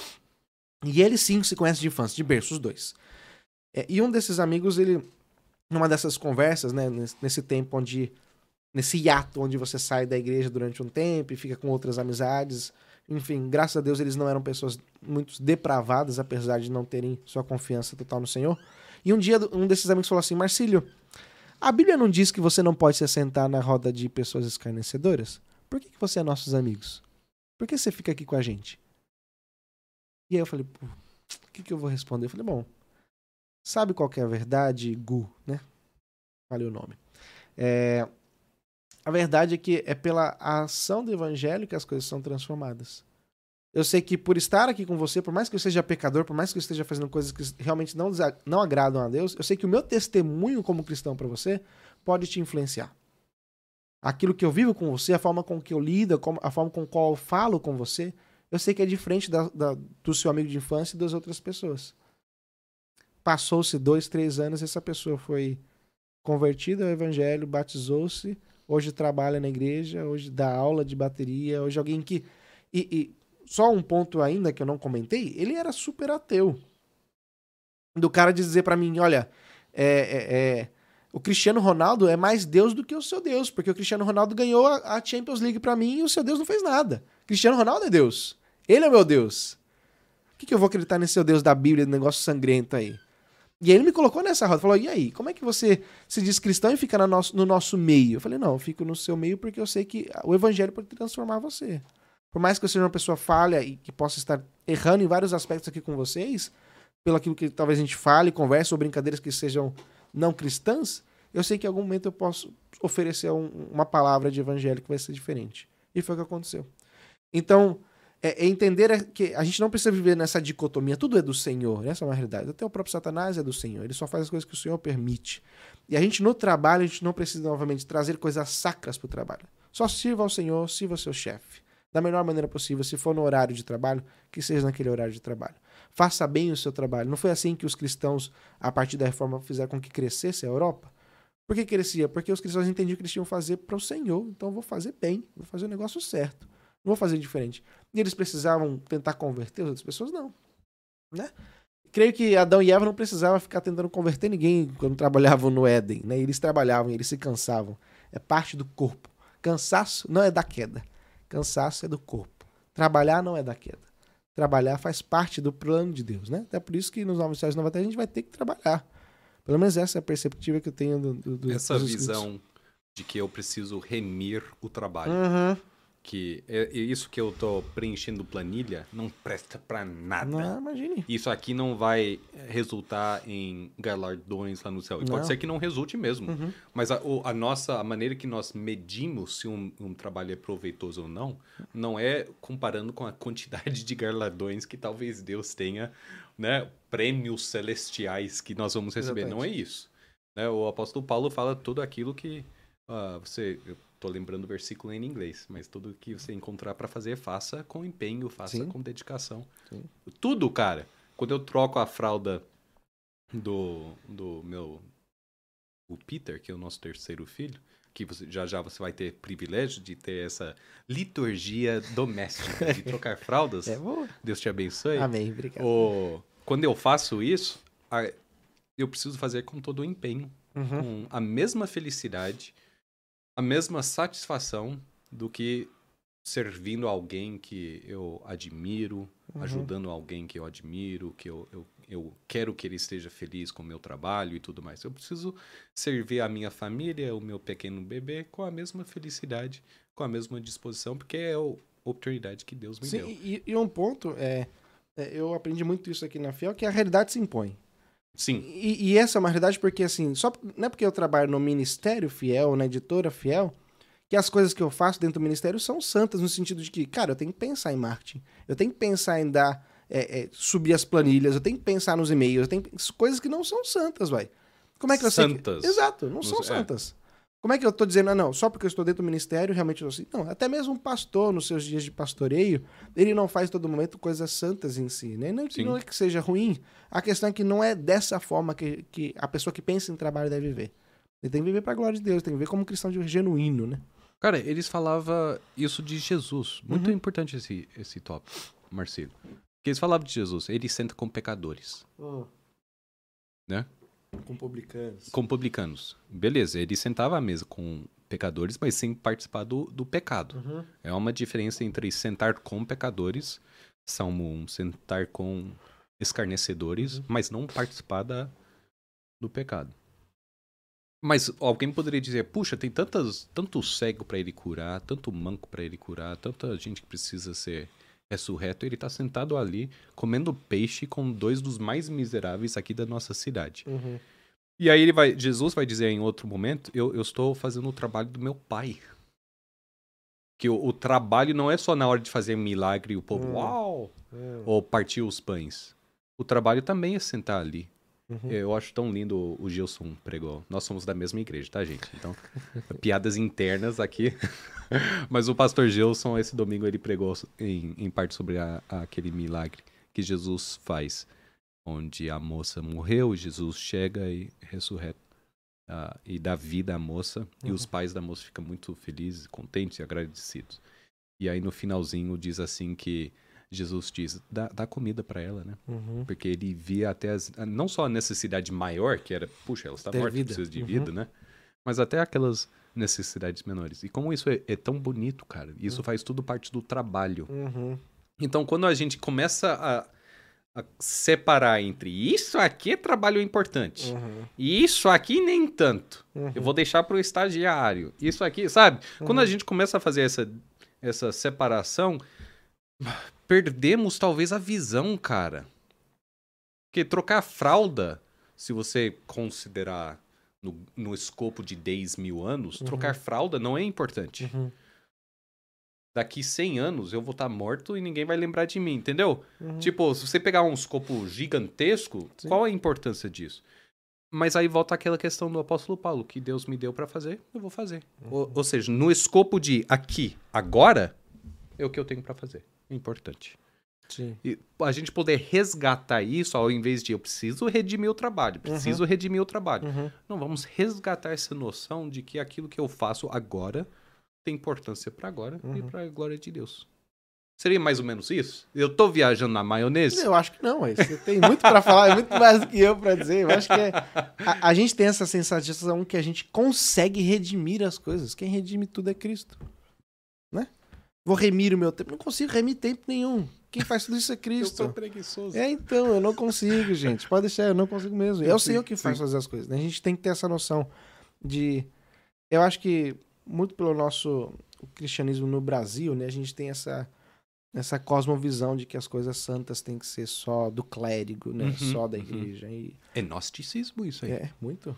E eles sim se conhecem de infância, de berço, os dois. É, e um desses amigos, ele, numa dessas conversas, né, nesse, nesse tempo onde, nesse hiato onde você sai da igreja durante um tempo e fica com outras amizades, enfim, graças a Deus eles não eram pessoas muito depravadas, apesar de não terem sua confiança total no Senhor. E um dia um desses amigos falou assim: Marcílio, a Bíblia não diz que você não pode se assentar na roda de pessoas escarnecedoras? Por que, que você é nossos amigos? Por que você fica aqui com a gente? E aí eu falei, pô, o que, que eu vou responder? Eu falei, bom, sabe qual que é a verdade, Gu, né? Falei o nome. É, a verdade é que é pela ação do evangelho que as coisas são transformadas. Eu sei que por estar aqui com você, por mais que eu seja pecador, por mais que eu esteja fazendo coisas que realmente não, não agradam a Deus, eu sei que o meu testemunho como cristão para você pode te influenciar. Aquilo que eu vivo com você, a forma com que eu lido, a forma com qual eu falo com você, eu sei que é diferente da, da, do seu amigo de infância e das outras pessoas. Passou-se dois, três anos, essa pessoa foi convertida ao evangelho, batizou-se, hoje trabalha na igreja, hoje dá aula de bateria, hoje alguém que... E, e só um ponto ainda que eu não comentei, ele era super ateu. Do cara dizer pra mim, olha, é, é, é, o Cristiano Ronaldo é mais Deus do que o seu Deus, porque o Cristiano Ronaldo ganhou a, a Champions League pra mim e o seu Deus não fez nada. Cristiano Ronaldo é Deus. Ele é meu Deus. Por que, que eu vou acreditar nesse seu Deus da Bíblia, do negócio sangrento aí? E aí ele me colocou nessa roda, falou, e aí, como é que você se diz cristão e fica no nosso, no nosso meio? Eu falei, não, eu fico no seu meio porque eu sei que o evangelho pode transformar você. Por mais que eu seja uma pessoa falha e que possa estar errando em vários aspectos aqui com vocês, pelo aquilo que talvez a gente fale, converse ou brincadeiras que sejam não cristãs, eu sei que em algum momento eu posso oferecer um, uma palavra de evangelho que vai ser diferente. E foi o que aconteceu. Então, é, é entender que a gente não precisa viver nessa dicotomia, tudo é do Senhor, essa é uma realidade. Até o próprio Satanás é do Senhor, ele só faz as coisas que o Senhor permite. E a gente no trabalho, a gente não precisa novamente trazer coisas sacras para o trabalho. Só sirva ao Senhor, sirva ao seu chefe. Da melhor maneira possível, se for no horário de trabalho, que seja naquele horário de trabalho. Faça bem o seu trabalho. Não foi assim que os cristãos, a partir da reforma, fizeram com que crescesse a Europa? Por que crescia? Porque os cristãos entendiam que eles tinham que fazer para o Senhor. Então eu vou fazer bem, vou fazer o negócio certo. Não vou fazer diferente. E eles precisavam tentar converter as outras pessoas? Não. Né? Creio que Adão e Eva não precisavam ficar tentando converter ninguém quando trabalhavam no Éden. Né? Eles trabalhavam, eles se cansavam. É parte do corpo. Cansaço não é da queda. Cansaço é do corpo. Trabalhar não é da queda. Trabalhar faz parte do plano de Deus, né? Até por isso que nos Novos Céus e Nova Terra a gente vai ter que trabalhar. Pelo menos essa é a perspectiva que eu tenho do, do, do essa visão de que eu preciso remir o trabalho. Uhum. Que é, é isso que eu tô preenchendo planilha não presta pra nada. Não, imagine. Isso aqui não vai resultar em galardões lá no céu. E Não. pode ser que não resulte mesmo. Uhum. Mas a, o, a nossa a maneira que nós medimos se um, um trabalho é proveitoso ou não, não é comparando com a quantidade de galardões que talvez Deus tenha, né, prêmios celestiais que nós vamos receber. Exatamente. Não é isso. Né? O apóstolo Paulo fala tudo aquilo que uh, você... Tô lembrando o versículo em inglês, mas tudo que você encontrar para fazer, faça com empenho, faça Sim. com dedicação. Sim. Tudo, cara. Quando eu troco a fralda do, do meu... O Peter, que é o nosso terceiro filho, que você, já já você vai ter privilégio de ter essa liturgia doméstica de trocar fraldas. É boa. Deus te abençoe. Amém, obrigado. O, quando eu faço isso, a, eu preciso fazer com todo o empenho, Uhum. com a mesma felicidade, a mesma satisfação do que servindo alguém que eu admiro, Uhum. ajudando alguém que eu admiro, que eu, eu, eu quero que ele esteja feliz com o meu trabalho e tudo mais. Eu preciso servir a minha família, o meu pequeno bebê, com a mesma felicidade, com a mesma disposição, porque é o, oportunidade que Deus me Sim, deu. E, e um ponto, é, é, eu aprendi muito isso aqui na Fiel, que a realidade se impõe. Sim. E, e essa é uma realidade porque, assim, só, não é porque eu trabalho no Ministério Fiel, na editora Fiel, que as coisas que eu faço dentro do Ministério são santas, no sentido de que, cara, eu tenho que pensar em marketing, eu tenho que pensar em dar, é, é, subir as planilhas, eu tenho que pensar nos e-mails, eu tenho coisas que não são santas, vai. Como é que eu sei que... Santas. Exato, não são É. santas. Como é que eu tô dizendo, ah, não, só porque eu estou dentro do ministério, realmente eu assim. Não, até mesmo um pastor, nos seus dias de pastoreio, ele não faz todo momento coisas santas em si, né? Não, Sim. não é que seja ruim, a questão é que não é dessa forma que, que a pessoa que pensa em trabalho deve viver. Ele tem que viver pra glória de Deus, tem que viver como um cristão de- genuíno, né? Cara, eles falavam isso de Jesus. Muito Uhum. importante esse, esse tópico, Marcelo. Porque eles falavam de Jesus. Ele senta com pecadores, né? Com publicanos. Com publicanos. Beleza, ele sentava à mesa com pecadores, mas sem participar do, do pecado. Uhum. É uma diferença entre sentar com pecadores, Salmo um, sentar com escarnecedores, Uhum. mas não participar da, do pecado. Mas alguém poderia dizer, puxa, tem tantas, tanto cego para ele curar, tanto manco para ele curar, tanta gente que precisa ser ressurreto, ele está sentado ali comendo peixe com dois dos mais miseráveis aqui da nossa cidade. Uhum. E aí ele vai, Jesus vai dizer em outro momento, eu, eu estou fazendo o trabalho do meu pai. Que o, o trabalho não é só na hora de fazer um milagre e o povo, Hum. uau, Hum. ou partir os pães. O trabalho também é sentar ali. Uhum. Eu acho tão lindo o, o Gilson pregou. Nós somos da mesma igreja, tá, gente? Então, piadas internas aqui. Mas o pastor Gilson, esse domingo, ele pregou em, em parte sobre a, a, aquele milagre que Jesus faz. Onde a moça morreu, Jesus chega e ressurreta. Uh, e dá vida à moça. Uhum. E os pais da moça ficam muito felizes, contentes e agradecidos. E aí, no finalzinho, diz assim que Jesus diz, dá, dá comida para ela, né? Uhum. Porque ele via até as, não só a necessidade maior, que era, puxa, ela está Ter morta, vida. precisa de Uhum. vida, né? Mas até aquelas necessidades menores. E como isso é, é tão bonito, cara. Isso uhum. faz tudo parte do trabalho. Uhum. Então, quando a gente começa a, a separar entre isso aqui é trabalho importante Uhum. e isso aqui nem tanto. Uhum. Eu vou deixar para o estagiário. Isso aqui, sabe? Uhum. Quando a gente começa a fazer essa, essa separação... Perdemos talvez a visão, cara. Porque trocar a fralda, se você considerar no, no escopo de dez mil anos, uhum. trocar fralda não é importante. Uhum. Daqui cem anos eu vou estar morto e ninguém vai lembrar de mim, entendeu? Uhum. Tipo, se você pegar um escopo gigantesco, Sim. qual a importância disso? Mas aí volta aquela questão do apóstolo Paulo, que Deus me deu pra fazer, eu vou fazer. Uhum. Ou, ou seja, no escopo de aqui, agora, é o que eu tenho pra fazer. É importante. Sim. E a gente poder resgatar isso ao invés de eu preciso redimir o trabalho, preciso uhum. redimir o trabalho. Uhum. Não, vamos resgatar essa noção de que aquilo que eu faço agora tem importância para agora uhum. e para a glória de Deus. Seria mais ou menos isso? Eu tô viajando na maionese? Eu acho que não, mas você tem muito para falar, é muito mais do que eu para dizer. Eu acho que é, a, a gente tem essa sensação que a gente consegue redimir as coisas. Quem redime tudo é Cristo. Né? Vou remir o meu tempo. Não consigo remir tempo nenhum. Quem faz tudo isso é Cristo. Eu tô preguiçoso. É, então, eu não consigo, gente. Pode deixar, eu não consigo mesmo. Eu sei o que faz fazer as coisas. Né? A gente tem que ter essa noção de... Eu acho que, muito pelo nosso cristianismo no Brasil, né? A gente tem essa, essa cosmovisão de que as coisas santas têm que ser só do clérigo, né? Uhum, só da igreja. Uhum. E... É gnosticismo isso aí. É, muito.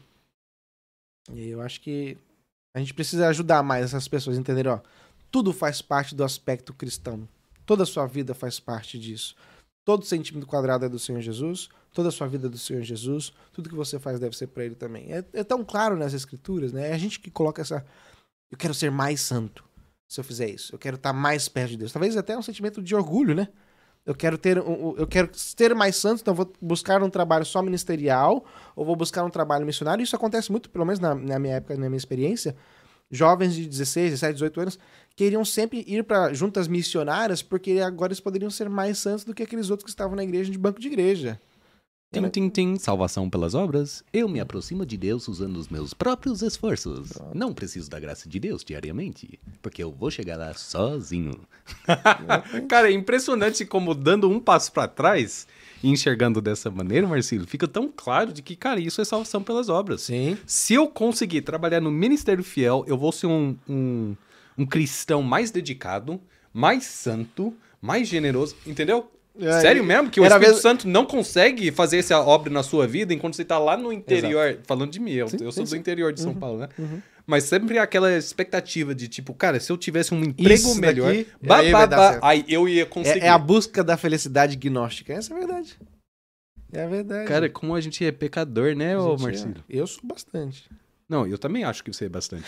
E eu acho que a gente precisa ajudar mais essas pessoas a entenderem, ó, tudo faz parte do aspecto cristão. Toda a sua vida faz parte disso. Todo centímetro quadrado é do Senhor Jesus, toda a sua vida é do Senhor Jesus, tudo que você faz deve ser para Ele também. É, é tão claro nas Escrituras, né? É a gente que coloca essa... Eu quero ser mais santo se eu fizer isso. Eu quero estar mais perto de Deus. Talvez até um sentimento de orgulho, né? Eu quero ter, um, eu quero ser mais santo, então eu vou buscar um trabalho só ministerial ou vou buscar um trabalho missionário. Isso acontece muito, pelo menos na, na minha época, na minha experiência. Jovens de dezesseis, dezessete, dezoito anos queriam sempre ir para juntas missionárias porque agora eles poderiam ser mais santos do que aqueles outros que estavam na igreja de banco de igreja. Tim, tim, tim, salvação pelas obras. Eu me aproximo de Deus usando os meus próprios esforços. Pronto. Não preciso da graça de Deus diariamente, porque eu vou chegar lá sozinho. Cara, é impressionante como dando um passo para trás e enxergando dessa maneira, Marcelo, fica tão claro de que, cara, isso é salvação pelas obras. Sim. Se eu conseguir trabalhar no Ministério Fiel, eu vou ser um, um, um cristão mais dedicado, mais santo, mais generoso, entendeu? É, Sério mesmo? Que o era Espírito vez- Santo não consegue fazer essa obra na sua vida enquanto você tá lá no interior. Falando de mim, eu, Sim, eu sim, sou do sim. interior de São Uhum, Paulo, né? uhum. Mas sempre aquela expectativa de tipo, cara, se eu tivesse um emprego Isso melhor, daqui, bah, aí bah, vai dar bah, certo. aí eu ia conseguir. É, é a busca da felicidade gnóstica. Essa é a verdade. É a verdade. Cara, como a gente é pecador, né, ô Gente, Marcelo? Eu sou bastante. Não, eu também acho que você é bastante.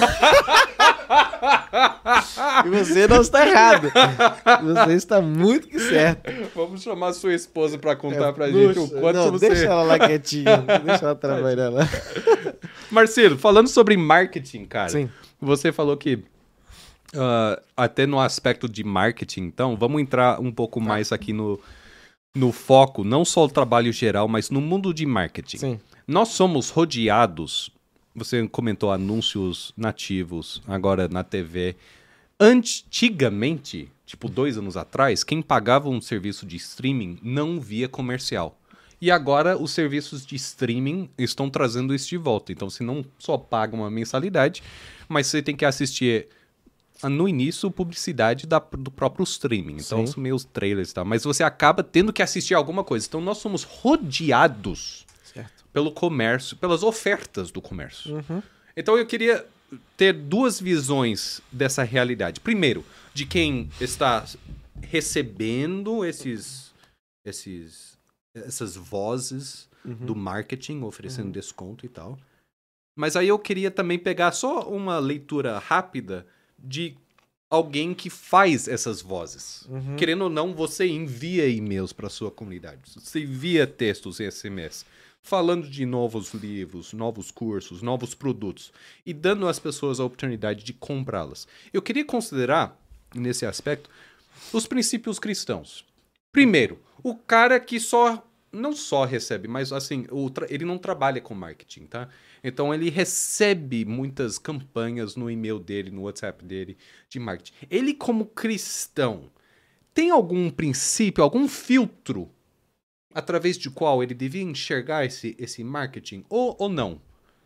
E você não está errado. Você está muito que certo. Vamos chamar sua esposa pra contar É, pra puxa, gente o quanto não, você... deixa ela lá quietinha. Deixa ela trabalhar lá. Marcelo, falando sobre marketing, cara. Sim. Você falou que ah, até no aspecto de marketing, então, vamos entrar um pouco mais aqui no, no foco, não só o trabalho geral, mas no mundo de marketing. Sim. Nós somos rodeados, você comentou anúncios nativos, agora na T V. Antigamente, tipo dois anos atrás, quem pagava um serviço de streaming não via comercial. E agora os serviços de streaming estão trazendo isso de volta. Então você não só paga uma mensalidade, mas você tem que assistir ah, no início publicidade da- do próprio streaming. Então Sim. os meus trailers e tal. Mas você acaba tendo que assistir alguma coisa. Então nós somos rodeados Certo. pelo comércio, pelas ofertas do comércio. Uhum. Então eu queria ter duas visões dessa realidade. Primeiro, de quem está recebendo esses, esses, essas vozes do marketing, oferecendo desconto e tal. Mas aí eu queria também pegar só uma leitura rápida de alguém que faz essas vozes. Uhum. Querendo ou não, você envia e-mails para sua comunidade. Você envia textos e S M S falando de novos livros, novos cursos, novos produtos e dando às pessoas a oportunidade de comprá-las. Eu queria considerar, nesse aspecto, os princípios cristãos. Primeiro, o cara que só, não só recebe, mas assim, o tra- ele não trabalha com marketing, tá? Então ele recebe muitas campanhas no e-mail dele, no WhatsApp dele, de marketing. Ele como cristão, tem algum princípio, algum filtro através de qual ele devia enxergar esse, esse marketing, ou, ou não?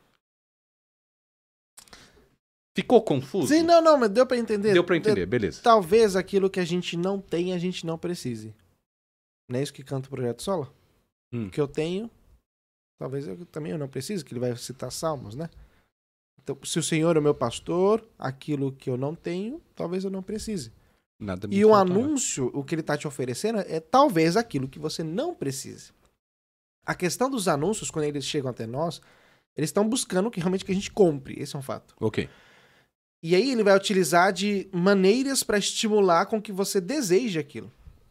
Ficou confuso? Sim, não, não, mas deu pra entender. Deu pra entender, beleza. Talvez aquilo que a gente não tem, a gente não precise. Não é isso que canta o Projeto Sola? Hum. O que eu tenho, talvez eu também eu não precise, que ele vai citar salmos, né? Então, se o Senhor é o meu pastor, aquilo que eu não tenho, talvez eu não precise. Nada me E o faltará. anúncio, o que ele tá te oferecendo, é talvez aquilo que você não precise. A questão dos anúncios, quando eles chegam até nós, eles estão buscando que realmente que a gente compre. Esse é um fato. Ok. E aí ele vai utilizar de maneiras para estimular com que você deseje aquilo.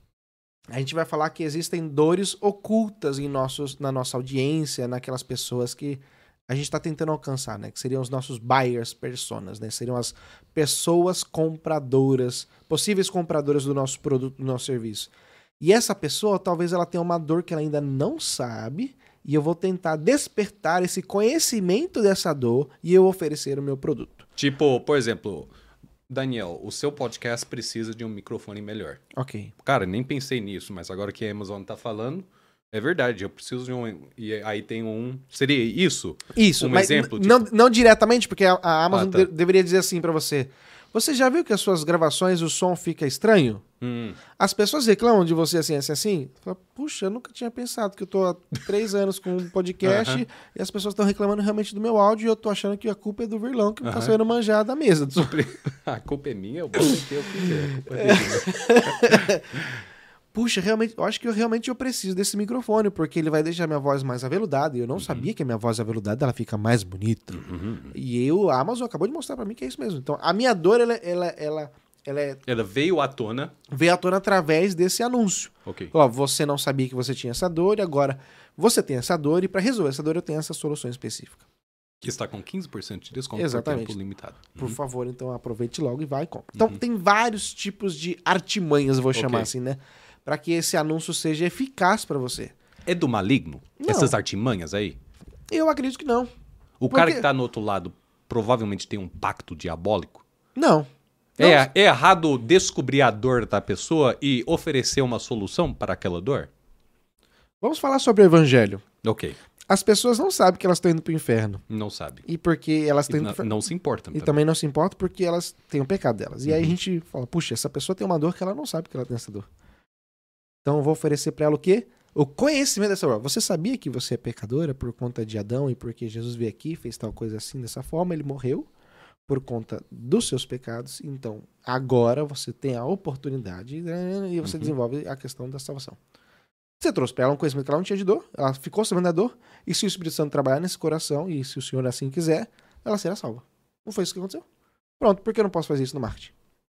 A gente vai falar que existem dores ocultas em nossos, na nossa audiência, naquelas pessoas que a gente está tentando alcançar, né? Que seriam os nossos buyers personas, né? Seriam as pessoas compradoras, possíveis compradoras do nosso produto, do nosso serviço. E essa pessoa, talvez ela tenha uma dor que ela ainda não sabe, e eu vou tentar despertar esse conhecimento dessa dor e eu oferecer o meu produto. Tipo, por exemplo, Daniel, o seu podcast precisa de um microfone melhor. Ok. Cara, nem pensei nisso, mas agora que a Amazon tá falando, é verdade, eu preciso de um... E aí tem um... Seria isso? Isso, Um mas exemplo, n- não, tipo- não diretamente, porque a, a Amazon Ah, tá. de- deveria dizer assim pra você. Você já viu que as suas gravações, o som fica estranho? Hum, As pessoas reclamam de você assim, assim, assim. Fala, puxa, eu nunca tinha pensado que eu tô há três anos com um podcast Aham. e as pessoas estão reclamando realmente do meu áudio e eu tô achando que a culpa é do Virlão que não tá Aham. sabendo manjar da mesa. a culpa é minha, eu vou ter o que eu quiser. A culpa é dele, né? Puxa, realmente, eu acho que eu realmente eu preciso desse microfone, porque ele vai deixar minha voz mais aveludada. E eu não sabia que a minha voz aveludada ela fica mais bonita. Uhum. E eu, a Amazon acabou de mostrar pra mim que é isso mesmo. Então, a minha dor, ela, ela, ela, ela é, Ela veio à tona. veio à tona através desse anúncio. Ok. Ó, você não sabia que você tinha essa dor e agora você tem essa dor e pra resolver essa dor eu tenho essa solução específica. Que está com quinze por cento de desconto Exatamente. por tempo limitado. Por Uhum. favor, então aproveite logo e vai e compra. Então, Uhum. tem vários tipos de artimanhas, vou Ok. chamar assim, né? Pra que esse anúncio seja eficaz pra você. É do maligno? Não. Essas artimanhas aí? Eu acredito que não. O Por cara quê? que tá no outro lado provavelmente tem um pacto diabólico? Não. É, é errado descobrir a dor da pessoa e oferecer uma solução para aquela dor? Vamos falar sobre o evangelho. Ok. As pessoas não sabem que elas estão indo pro inferno. Não sabe. E porque elas E têm... não, não se importam. E também não se importa porque elas têm o pecado delas. E uhum. aí a gente fala, puxa, essa pessoa tem uma dor que ela não sabe que ela tem essa dor. Então eu vou oferecer pra ela o quê? O conhecimento dessa dor. Você sabia que você é pecadora por conta de Adão e porque Jesus veio aqui, fez tal coisa assim, dessa forma, ele morreu por conta dos seus pecados. Então agora você tem a oportunidade e você uhum. desenvolve a questão da salvação. Você trouxe pra ela um conhecimento que ela não tinha de dor, ela ficou sabendo da dor, e se o Espírito Santo trabalhar nesse coração, e se o Senhor assim quiser, ela será salva. Não foi isso que aconteceu? Pronto, por que eu não posso fazer isso no marketing?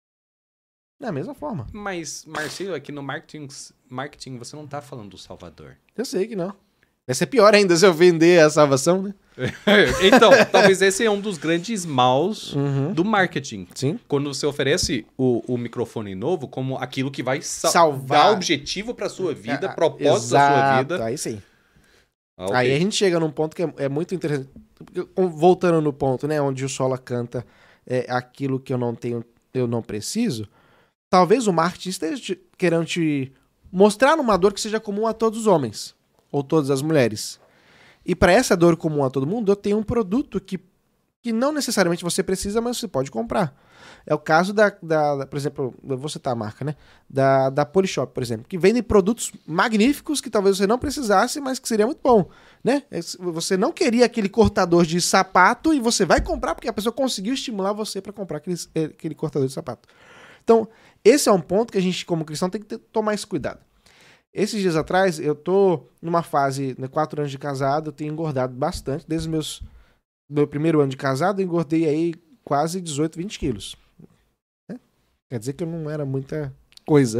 Da mesma forma. Mas, Marcelo, aqui no marketing, marketing você não tá falando do Salvador. Eu sei que não. Vai ser pior ainda se eu vender a salvação, né? Então, talvez esse é um dos grandes maus uhum. do marketing. Sim. Quando você oferece o, o microfone novo como aquilo que vai sal- salvar dar objetivo para sua vida, é, propósito da sua vida. Aí sim. Ah, okay. Aí a gente chega num ponto que é, é muito interessante. Voltando no ponto, né, onde o Sola canta é, aquilo que eu não tenho, eu não preciso. Talvez o marketing esteja te, querendo te mostrar uma dor que seja comum a todos os homens ou todas as mulheres. E para essa dor comum a todo mundo, eu tenho um produto que, que não necessariamente você precisa, mas você pode comprar. É o caso da, da por exemplo, eu vou citar a marca, né? Da, da Polishop, por exemplo, que vendem produtos magníficos que talvez você não precisasse, mas que seria muito bom, né? Você não queria aquele cortador de sapato e você vai comprar porque a pessoa conseguiu estimular você para comprar aquele, aquele cortador de sapato. Então, esse é um ponto que a gente, como cristão, tem que ter, tomar esse cuidado. Esses dias atrás, eu tô numa fase, né, quatro anos de casado, eu tenho engordado bastante. Desde o meus, meu primeiro ano de casado, eu engordei aí quase dezoito, vinte quilos. É? Quer dizer que eu não era muita coisa.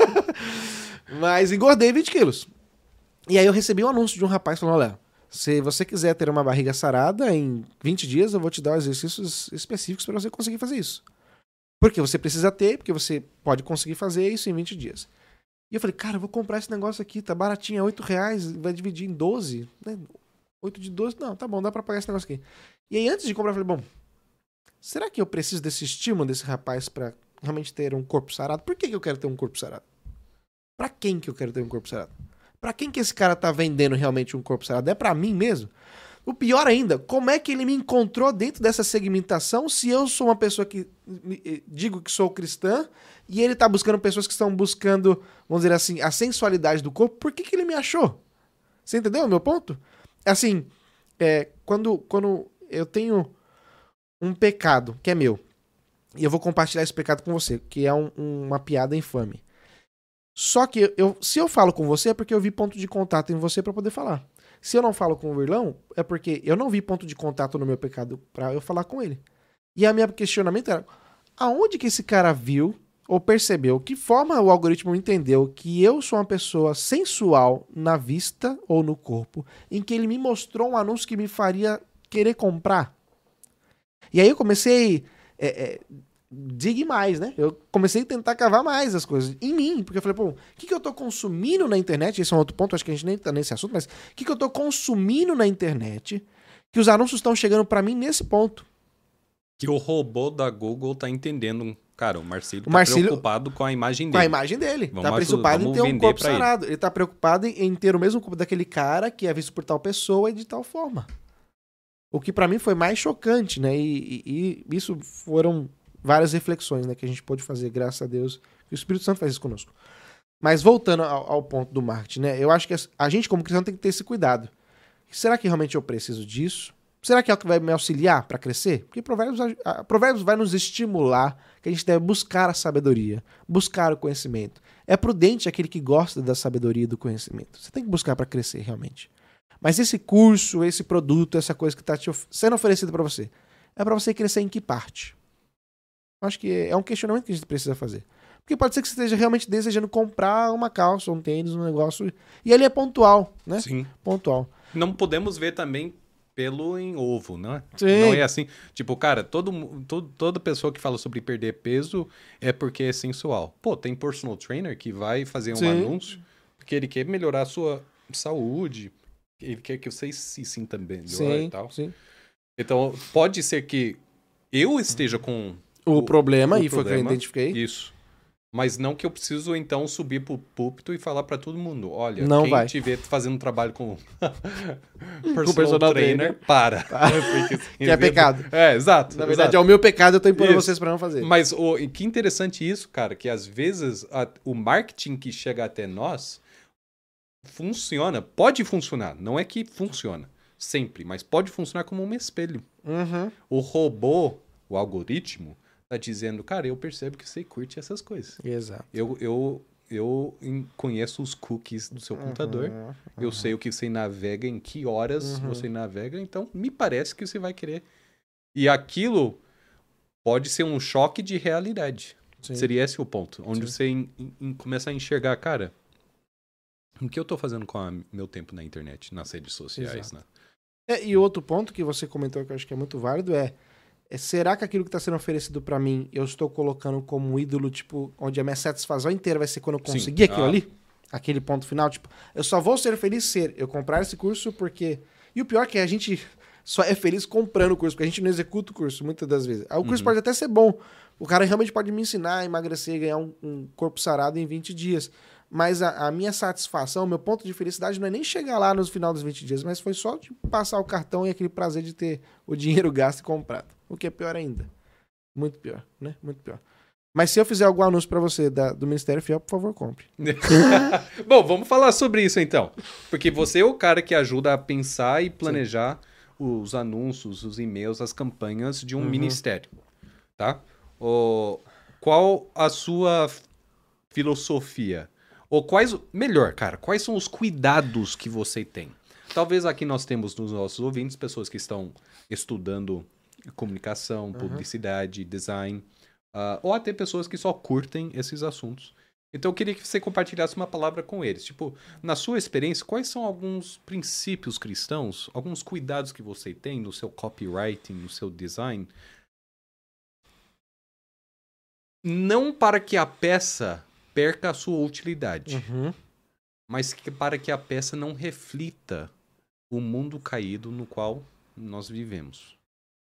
Mas engordei vinte quilos. E aí eu recebi um anúncio de um rapaz falando, olha, se você quiser ter uma barriga sarada, em vinte dias eu vou te dar exercícios específicos para você conseguir fazer isso. Porque você precisa ter, porque você pode conseguir fazer isso em vinte dias. E eu falei, cara, eu vou comprar esse negócio aqui, tá baratinho, é oito reais, vai dividir em doze, né? oito de doze, não, tá bom, dá pra pagar esse negócio aqui. E aí antes de comprar, eu falei, bom, será que eu preciso desse estímulo desse rapaz pra realmente ter um corpo sarado? Por que que eu quero ter um corpo sarado? Pra quem que eu quero ter um corpo sarado? Pra quem que esse cara tá vendendo realmente um corpo sarado? É pra mim mesmo? O pior ainda, como é que ele me encontrou dentro dessa segmentação se eu sou uma pessoa que digo que sou cristã e ele tá buscando pessoas que estão buscando, vamos dizer assim, a sensualidade do corpo? Por que que ele me achou? Você entendeu o meu ponto? Assim, é, quando, quando eu tenho um pecado que é meu e eu vou compartilhar esse pecado com você, que é um, uma piada infame. Só que eu, se eu falo com você é porque eu vi ponto de contato em você para poder falar. Se eu não falo com o Irlão, é porque eu não vi ponto de contato no meu pecado para eu falar com ele. E a minha questionamento era, aonde que esse cara viu ou percebeu, que forma o algoritmo entendeu que eu sou uma pessoa sensual na vista ou no corpo, em que ele me mostrou um anúncio que me faria querer comprar? E aí eu comecei... É, é, digue mais, né? Eu comecei a tentar cavar mais as coisas em mim, porque eu falei, pô, o que, que eu tô consumindo na internet? Esse é um outro ponto, acho que a gente nem tá nesse assunto, mas o que, que eu tô consumindo na internet que os anúncios estão chegando pra mim nesse ponto? Que o robô da Google tá entendendo, cara, o Marcelo tá Marcelo, preocupado com a imagem dele. Com a imagem dele. Vamos tá preocupado vamos em ter um corpo ele. sarado. Ele tá preocupado em, em ter o mesmo corpo daquele cara que é visto por tal pessoa e de tal forma. O que pra mim foi mais chocante, né? E, e, e isso foram várias reflexões, né, que a gente pôde fazer, graças a Deus, que o Espírito Santo faz isso conosco. Mas voltando ao, ao ponto do marketing, né, eu acho que a gente como cristão tem que ter esse cuidado. Será que realmente eu preciso disso? Será que é o que vai me auxiliar para crescer? Porque Provérbios, a, Provérbios vai nos estimular que a gente deve buscar a sabedoria, buscar o conhecimento. É prudente aquele que gosta da sabedoria e do conhecimento. Você tem que buscar para crescer realmente. Mas esse curso, esse produto, essa coisa que está of- sendo oferecida para você, é para você crescer em que parte? Acho que é um questionamento que a gente precisa fazer. Porque pode ser que você esteja realmente desejando comprar uma calça, um tênis, um negócio. E ele é pontual, né? Sim. Pontual. Não podemos ver também pelo em ovo, não é? Sim. Não é assim. Tipo, cara, todo, todo, toda pessoa que fala sobre perder peso é porque é sensual. Pô, tem personal trainer que vai fazer um Sim. anúncio porque ele quer melhorar a sua saúde. Ele quer que você se sinta melhor Sim, e tal. sim. Então, pode ser que eu esteja com... O, o problema, o e foi o que eu problema, identifiquei. Isso. Mas não que eu preciso, então, subir pro púlpito e falar pra todo mundo, olha, Não quem vai. te vê fazendo trabalho com personal, Com personal trainer, trainer. para. Porque, Porque, que é pecado. É, exato. Na verdade, exato. é o meu pecado, eu tô impondo Isso. vocês pra não fazer. Mas o, e que interessante isso, cara, que às vezes a- o marketing que chega até nós funciona, pode funcionar, não é que funciona sempre, mas pode funcionar como um espelho. Uhum. O robô, o algoritmo, tá dizendo, cara, eu percebo que você curte essas coisas. Exato. Eu, eu, eu em- conheço os cookies do seu computador, Uhum. eu sei o que você navega, em que horas Uhum. você navega, então me parece que você vai querer. E aquilo pode ser um choque de realidade. Sim. Seria esse o ponto, onde Sim. você em- em- começa a enxergar, cara, o que eu tô fazendo com o meu tempo na internet, nas redes sociais, Exato. né? É, e outro ponto que você comentou que eu acho que é muito válido é, é será que aquilo que está sendo oferecido para mim eu estou colocando como um ídolo, tipo, onde a minha satisfação inteira vai ser quando eu Sim. conseguir aquilo Ah. ali? Aquele ponto final, tipo, eu só vou ser feliz ser eu comprar esse curso porque... E o pior é que a gente só é feliz comprando o curso, porque a gente não executa o curso muitas das vezes. Ah, o curso Uhum. pode até ser bom, o cara realmente pode me ensinar a emagrecer e ganhar um, um corpo sarado em vinte dias. Mas a, a minha satisfação, o meu ponto de felicidade não é nem chegar lá no final dos vinte dias, mas foi só de passar o cartão e aquele prazer de ter o dinheiro gasto e comprado. O que é pior ainda. Muito pior, né? Muito pior. Mas se eu fizer algum anúncio pra você da- do Ministério Fiel, por favor, compre. Bom, vamos falar sobre isso então. Porque você é o cara que ajuda a pensar e planejar os anúncios, os e-mails, as campanhas de um Uhum. ministério, tá? O, qual a sua f- filosofia? Ou quais, melhor, cara, quais são os cuidados que você tem? Talvez aqui nós temos nos nossos ouvintes pessoas que estão estudando comunicação, publicidade, design, ah, ou até pessoas que só curtem esses assuntos. Então eu queria que você compartilhasse uma palavra com eles. Tipo, na sua experiência, quais são alguns princípios cristãos, alguns cuidados que você tem no seu copywriting, no seu design? Não para que a peça perca a sua utilidade, Uhum. mas que para que a peça não reflita o mundo caído no qual nós vivemos.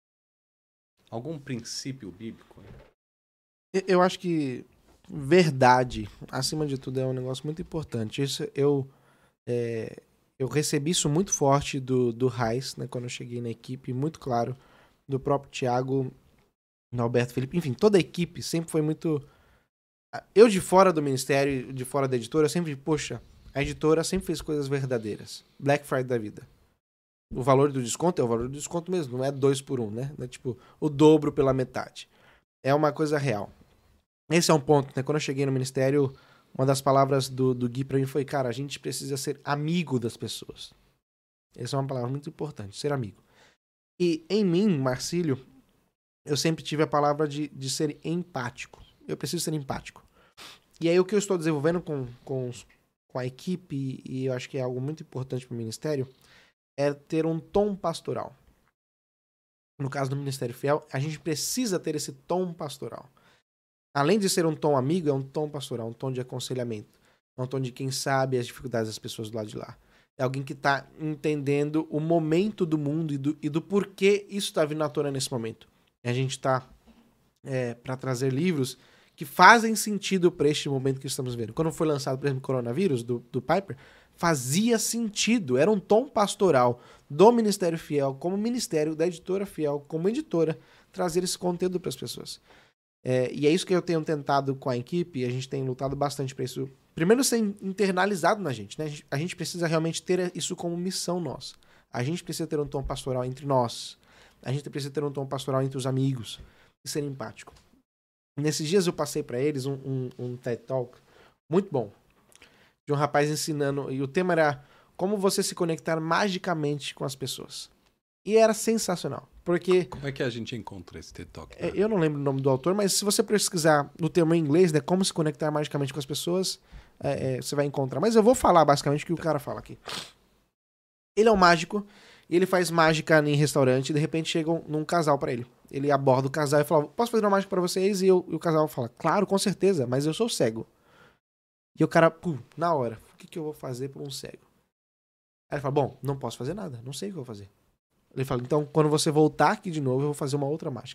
Algum princípio bíblico? Eu- Eu acho que verdade, acima de tudo, é um negócio muito importante. Isso eu, é, eu recebi isso muito forte do, do Reis, né, quando eu cheguei na equipe, muito claro, do próprio Thiago, do Alberto Felipe, enfim, toda a equipe sempre foi muito... Eu de fora do ministério, de fora da editora, eu sempre, poxa, a editora sempre fez coisas verdadeiras. Black Friday da vida. O valor do desconto é o valor do desconto mesmo, não é dois por um, né? Não é tipo o dobro pela metade. É uma coisa real. Esse é um ponto, né? Quando eu cheguei no ministério, uma das palavras do, do Gui pra mim foi, cara, a gente precisa ser amigo das pessoas. Essa é uma palavra muito importante, ser amigo. E em mim, Marcílio, eu sempre tive a palavra de, de ser empático. Eu preciso ser empático. E aí o que eu estou desenvolvendo com, com, os- com a equipe, e eu acho que é algo muito importante para o ministério, é ter um tom pastoral. No caso do Ministério Fiel, a gente precisa ter esse tom pastoral. Além de ser um tom amigo, é um tom pastoral, um tom de aconselhamento. É um tom de quem sabe as dificuldades das pessoas do lado de lá. É alguém que está entendendo o momento do mundo e do, e do porquê isso está vindo à tona nesse momento. E a gente está é, para trazer livros que fazem sentido para este momento que estamos vendo. Quando foi lançado, por exemplo, o Coronavírus, do, do Piper, fazia sentido. Era um tom pastoral do Ministério Fiel, como ministério, da editora Fiel, como editora, trazer esse conteúdo para as pessoas. É, e é isso que eu tenho tentado com a equipe, a gente tem lutado bastante para isso. Primeiro, ser internalizado na gente, né? A gente- A gente precisa realmente ter isso como missão nossa. A gente precisa ter um tom pastoral entre nós. A gente precisa ter um tom pastoral entre os amigos e ser empático. Nesses dias eu passei para eles um, um, um TED Talk muito bom, de um rapaz ensinando, e o tema era como você se conectar magicamente com as pessoas. E era sensacional, porque Como é que a gente encontra esse TED Talk? é, eu não lembro o nome do autor, mas se você pesquisar no termo em inglês, né, como se conectar magicamente com as pessoas, é, é, você vai encontrar. Mas eu vou falar basicamente o que o cara fala aqui. Ele é um mágico, e ele faz mágica em restaurante, e de repente chega um, num casal pra ele. Ele aborda o casal e fala, posso fazer uma mágica pra vocês? E, eu- e o casal fala, claro, com certeza, mas eu sou cego. E o cara, pum, na hora, o que, que eu vou fazer pra um cego? Aí ele fala, bom, não posso fazer nada, não sei o que eu vou fazer. Ele fala, então, quando você voltar aqui de novo, eu vou fazer uma outra mágica.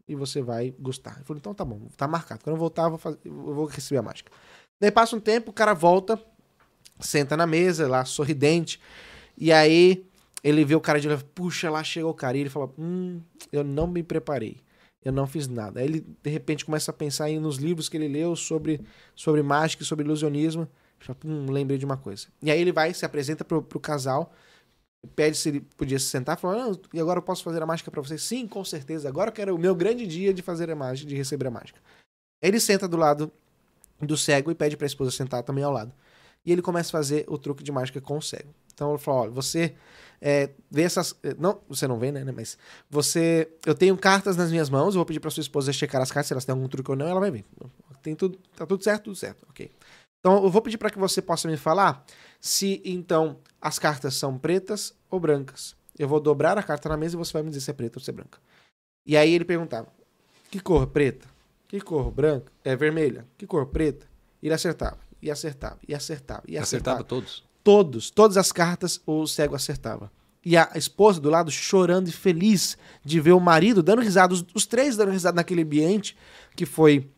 e você vai gostar. Ele falou, então tá bom, tá marcado. Quando eu voltar, eu vou, fazer, eu vou receber a mágica. Daí passa um tempo, o cara volta, senta na mesa, lá, sorridente, e aí ele vê o cara de novo, puxa, lá chegou o cara, e ele fala, hum, eu não me preparei, eu não fiz nada. Aí ele, de repente, começa a pensar aí nos livros que ele leu sobre, sobre mágica e sobre ilusionismo, fala, hum, lembrei de uma coisa. E aí ele vai, se apresenta pro, pro casal, pede se ele podia se sentar, fala, ah, e agora eu posso fazer a mágica pra vocês? Sim, com certeza, agora eu quero o meu grande dia de fazer a mágica, de receber a mágica. Ele senta do lado do cego e pede pra esposa sentar também ao lado. E ele começa a fazer o truque de mágica com o cego. Então ele fala, olha, você é, vê essas... Não, você não vê, né? Mas você... Eu tenho cartas nas minhas mãos, eu vou pedir pra sua esposa checar as cartas, se elas têm algum truque ou não, ela vai ver. Tem tudo, tá tudo certo? Tudo certo, ok. Então eu vou pedir pra que você possa me falar se, então, as cartas são pretas ou brancas. Eu vou dobrar a carta na mesa e você vai me dizer se é preta ou se é branca. E aí ele perguntava, que cor? Preta. Que cor? Branca? É vermelha. Que cor? Preta. E ele acertava, e acertava, e acertava, e acertava. Acertava todos? Todos. Todas as cartas o cego acertava. E a esposa do lado chorando e feliz de ver o marido dando risada, os, os três dando risada naquele ambiente que foi,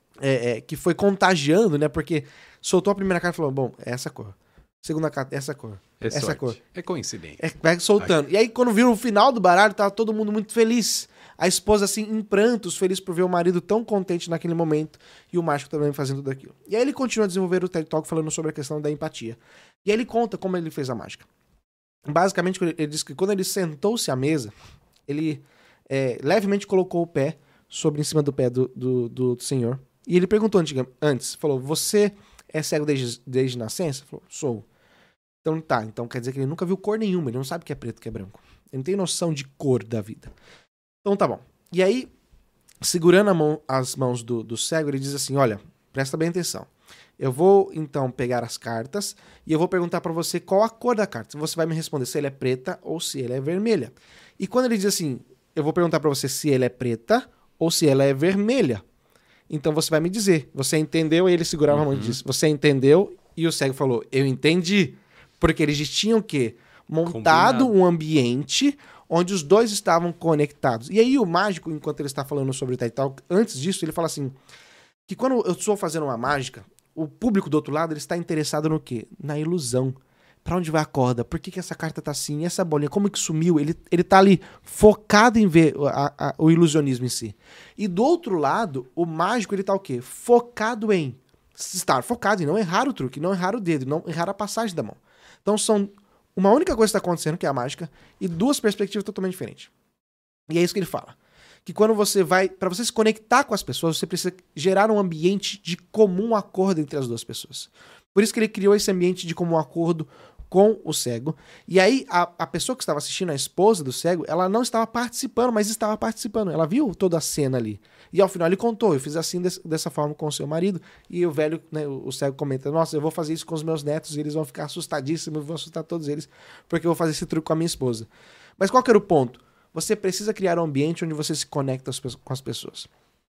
é, é, que foi contagiando, né? Porque soltou a primeira carta e falou, bom, é essa cor. Segunda carta, essa cor. É essa sorte. cor. É coincidência. É, vai soltando. Ai. E aí, quando viram o final do baralho, tava todo mundo muito feliz. A esposa, assim, em prantos, feliz por ver o marido tão contente naquele momento. E o mágico também fazendo tudo aquilo. E aí ele continua a desenvolver o TED Talk falando sobre a questão da empatia. E aí ele conta como ele fez a mágica. Basicamente, ele diz que quando ele sentou-se à mesa, ele é, levemente colocou o pé sobre em cima do pé do, do, do senhor. E ele perguntou antes, falou, você é cego desde, desde nascença? Falou, sou. Então tá, então quer dizer que ele nunca viu cor nenhuma, ele não sabe o que é preto e o que é branco. Ele não tem noção de cor da vida. Então tá bom. E aí, segurando a mão, as mãos do, do cego, ele diz assim, olha, presta bem atenção. Eu vou, então, pegar as cartas e eu vou perguntar pra você qual a cor da carta. Você vai me responder se ela é preta ou se ela é vermelha. E quando ele diz assim, eu vou perguntar pra você se ela é preta ou se ela é vermelha. Então você vai me dizer, você entendeu? E ele segurava uhum. a mão e disse, você entendeu? E o cego falou, eu entendi. Porque eles tinham o quê? Montado Combinado. um ambiente onde os dois estavam conectados. E aí o mágico, enquanto ele está falando sobre o TED Talk, antes disso, ele fala assim, que quando eu estou fazendo uma mágica, o público do outro lado ele está interessado no quê? Na ilusão. Pra onde vai a corda? Por que, que essa carta tá assim? E essa bolinha, como que sumiu? Ele, ele tá ali focado em ver a, a, o ilusionismo em si. E do outro lado, o mágico, ele tá o quê? Focado em estar focado em não errar o truque, não errar o dedo, não errar a passagem da mão. Então são uma única coisa que está acontecendo, que é a mágica, e duas perspectivas totalmente diferentes. E é isso que ele fala. Que quando você vai, para você se conectar com as pessoas, você precisa gerar um ambiente de comum acordo entre as duas pessoas. Por isso que ele criou esse ambiente de comum acordo com o cego. E aí a, a pessoa que estava assistindo, a esposa do cego, ela não estava participando, mas estava participando. Ela viu toda a cena ali. E ao final ele contou, eu fiz assim des, dessa forma com o seu marido. E o velho, né, o, o cego comenta, nossa, eu vou fazer isso com os meus netos e eles vão ficar assustadíssimos, eu vou assustar todos eles, porque eu vou fazer esse truque com a minha esposa. Mas qual que era o ponto? Você precisa criar um ambiente onde você se conecta com as pessoas.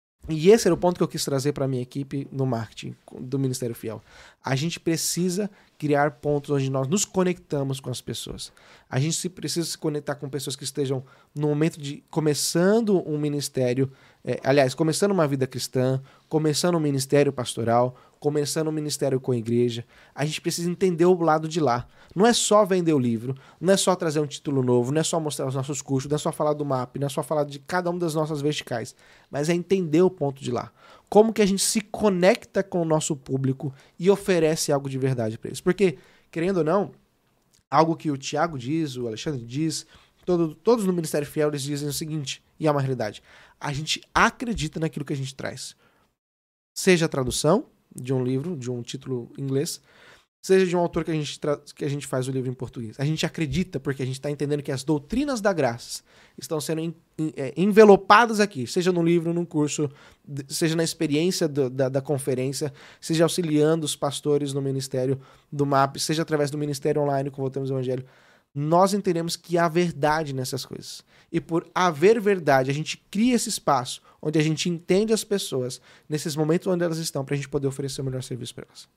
E esse era o ponto que eu quis trazer para a minha equipe no marketing do Ministério Fiel. A gente precisa criar pontos onde nós nos conectamos com as pessoas. A gente precisa se conectar com pessoas que estejam no momento de começando um ministério, é, aliás, começando uma vida cristã, começando um ministério pastoral, começando um ministério com a igreja. A gente precisa entender o lado de lá. Não é só vender o livro, não é só trazer um título novo, não é só mostrar os nossos cursos, não é só falar do M A P, não é só falar de cada uma das nossas verticais, mas é entender o ponto de lá. Como que a gente se conecta com o nosso público e oferece algo de verdade para eles. Porque, querendo ou não, algo que o Tiago diz, o Alexandre diz, todo, todos no Ministério Fiel eles dizem o seguinte, e é uma realidade, a gente acredita naquilo que a gente traz. Seja a tradução de um livro, de um título em inglês, seja de um autor que a gente, tra- que a gente faz o livro em português. A gente acredita porque a gente está entendendo que as doutrinas da graça estão sendo en- en- é, envelopadas aqui, seja no livro, num curso, de- seja na experiência do, da, da conferência, seja auxiliando os pastores no ministério do M A P, seja através do ministério online com Voltamos ao Evangelho. Nós entendemos que há verdade nessas coisas. E por haver verdade, a gente cria esse espaço onde a gente entende as pessoas nesses momentos onde elas estão para a gente poder oferecer o melhor serviço para elas.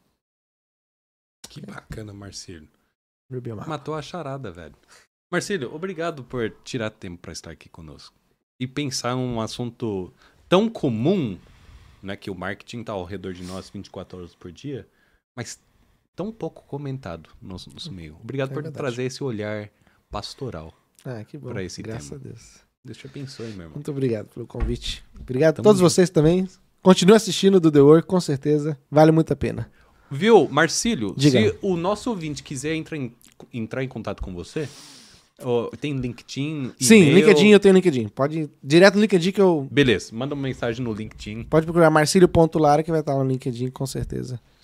Que bacana, Marcílio. Matou a charada, velho. Marcílio, obrigado por tirar tempo para estar aqui conosco. e pensar em um assunto tão comum, né, que o marketing está ao redor de nós vinte e quatro horas por dia, mas tão pouco comentado no nosso, nosso meio. Obrigado É por verdade. trazer esse olhar pastoral Ah, que bom. para esse Graças tema. a Deus. Deus te abençoe, meu irmão. Muito obrigado pelo convite. Obrigado a Tamo todos junto. vocês também. Continue assistindo do The Work, com certeza. Vale muito a pena. Viu, Marcílio, Diga. se o nosso ouvinte quiser entrar em, entrar em contato com você, ó, tem LinkedIn, Sim, e-mail... LinkedIn, eu tenho LinkedIn. Pode ir direto no LinkedIn que eu... Beleza, manda uma mensagem no LinkedIn. Pode procurar marcilio ponto lara que vai estar no LinkedIn, com certeza.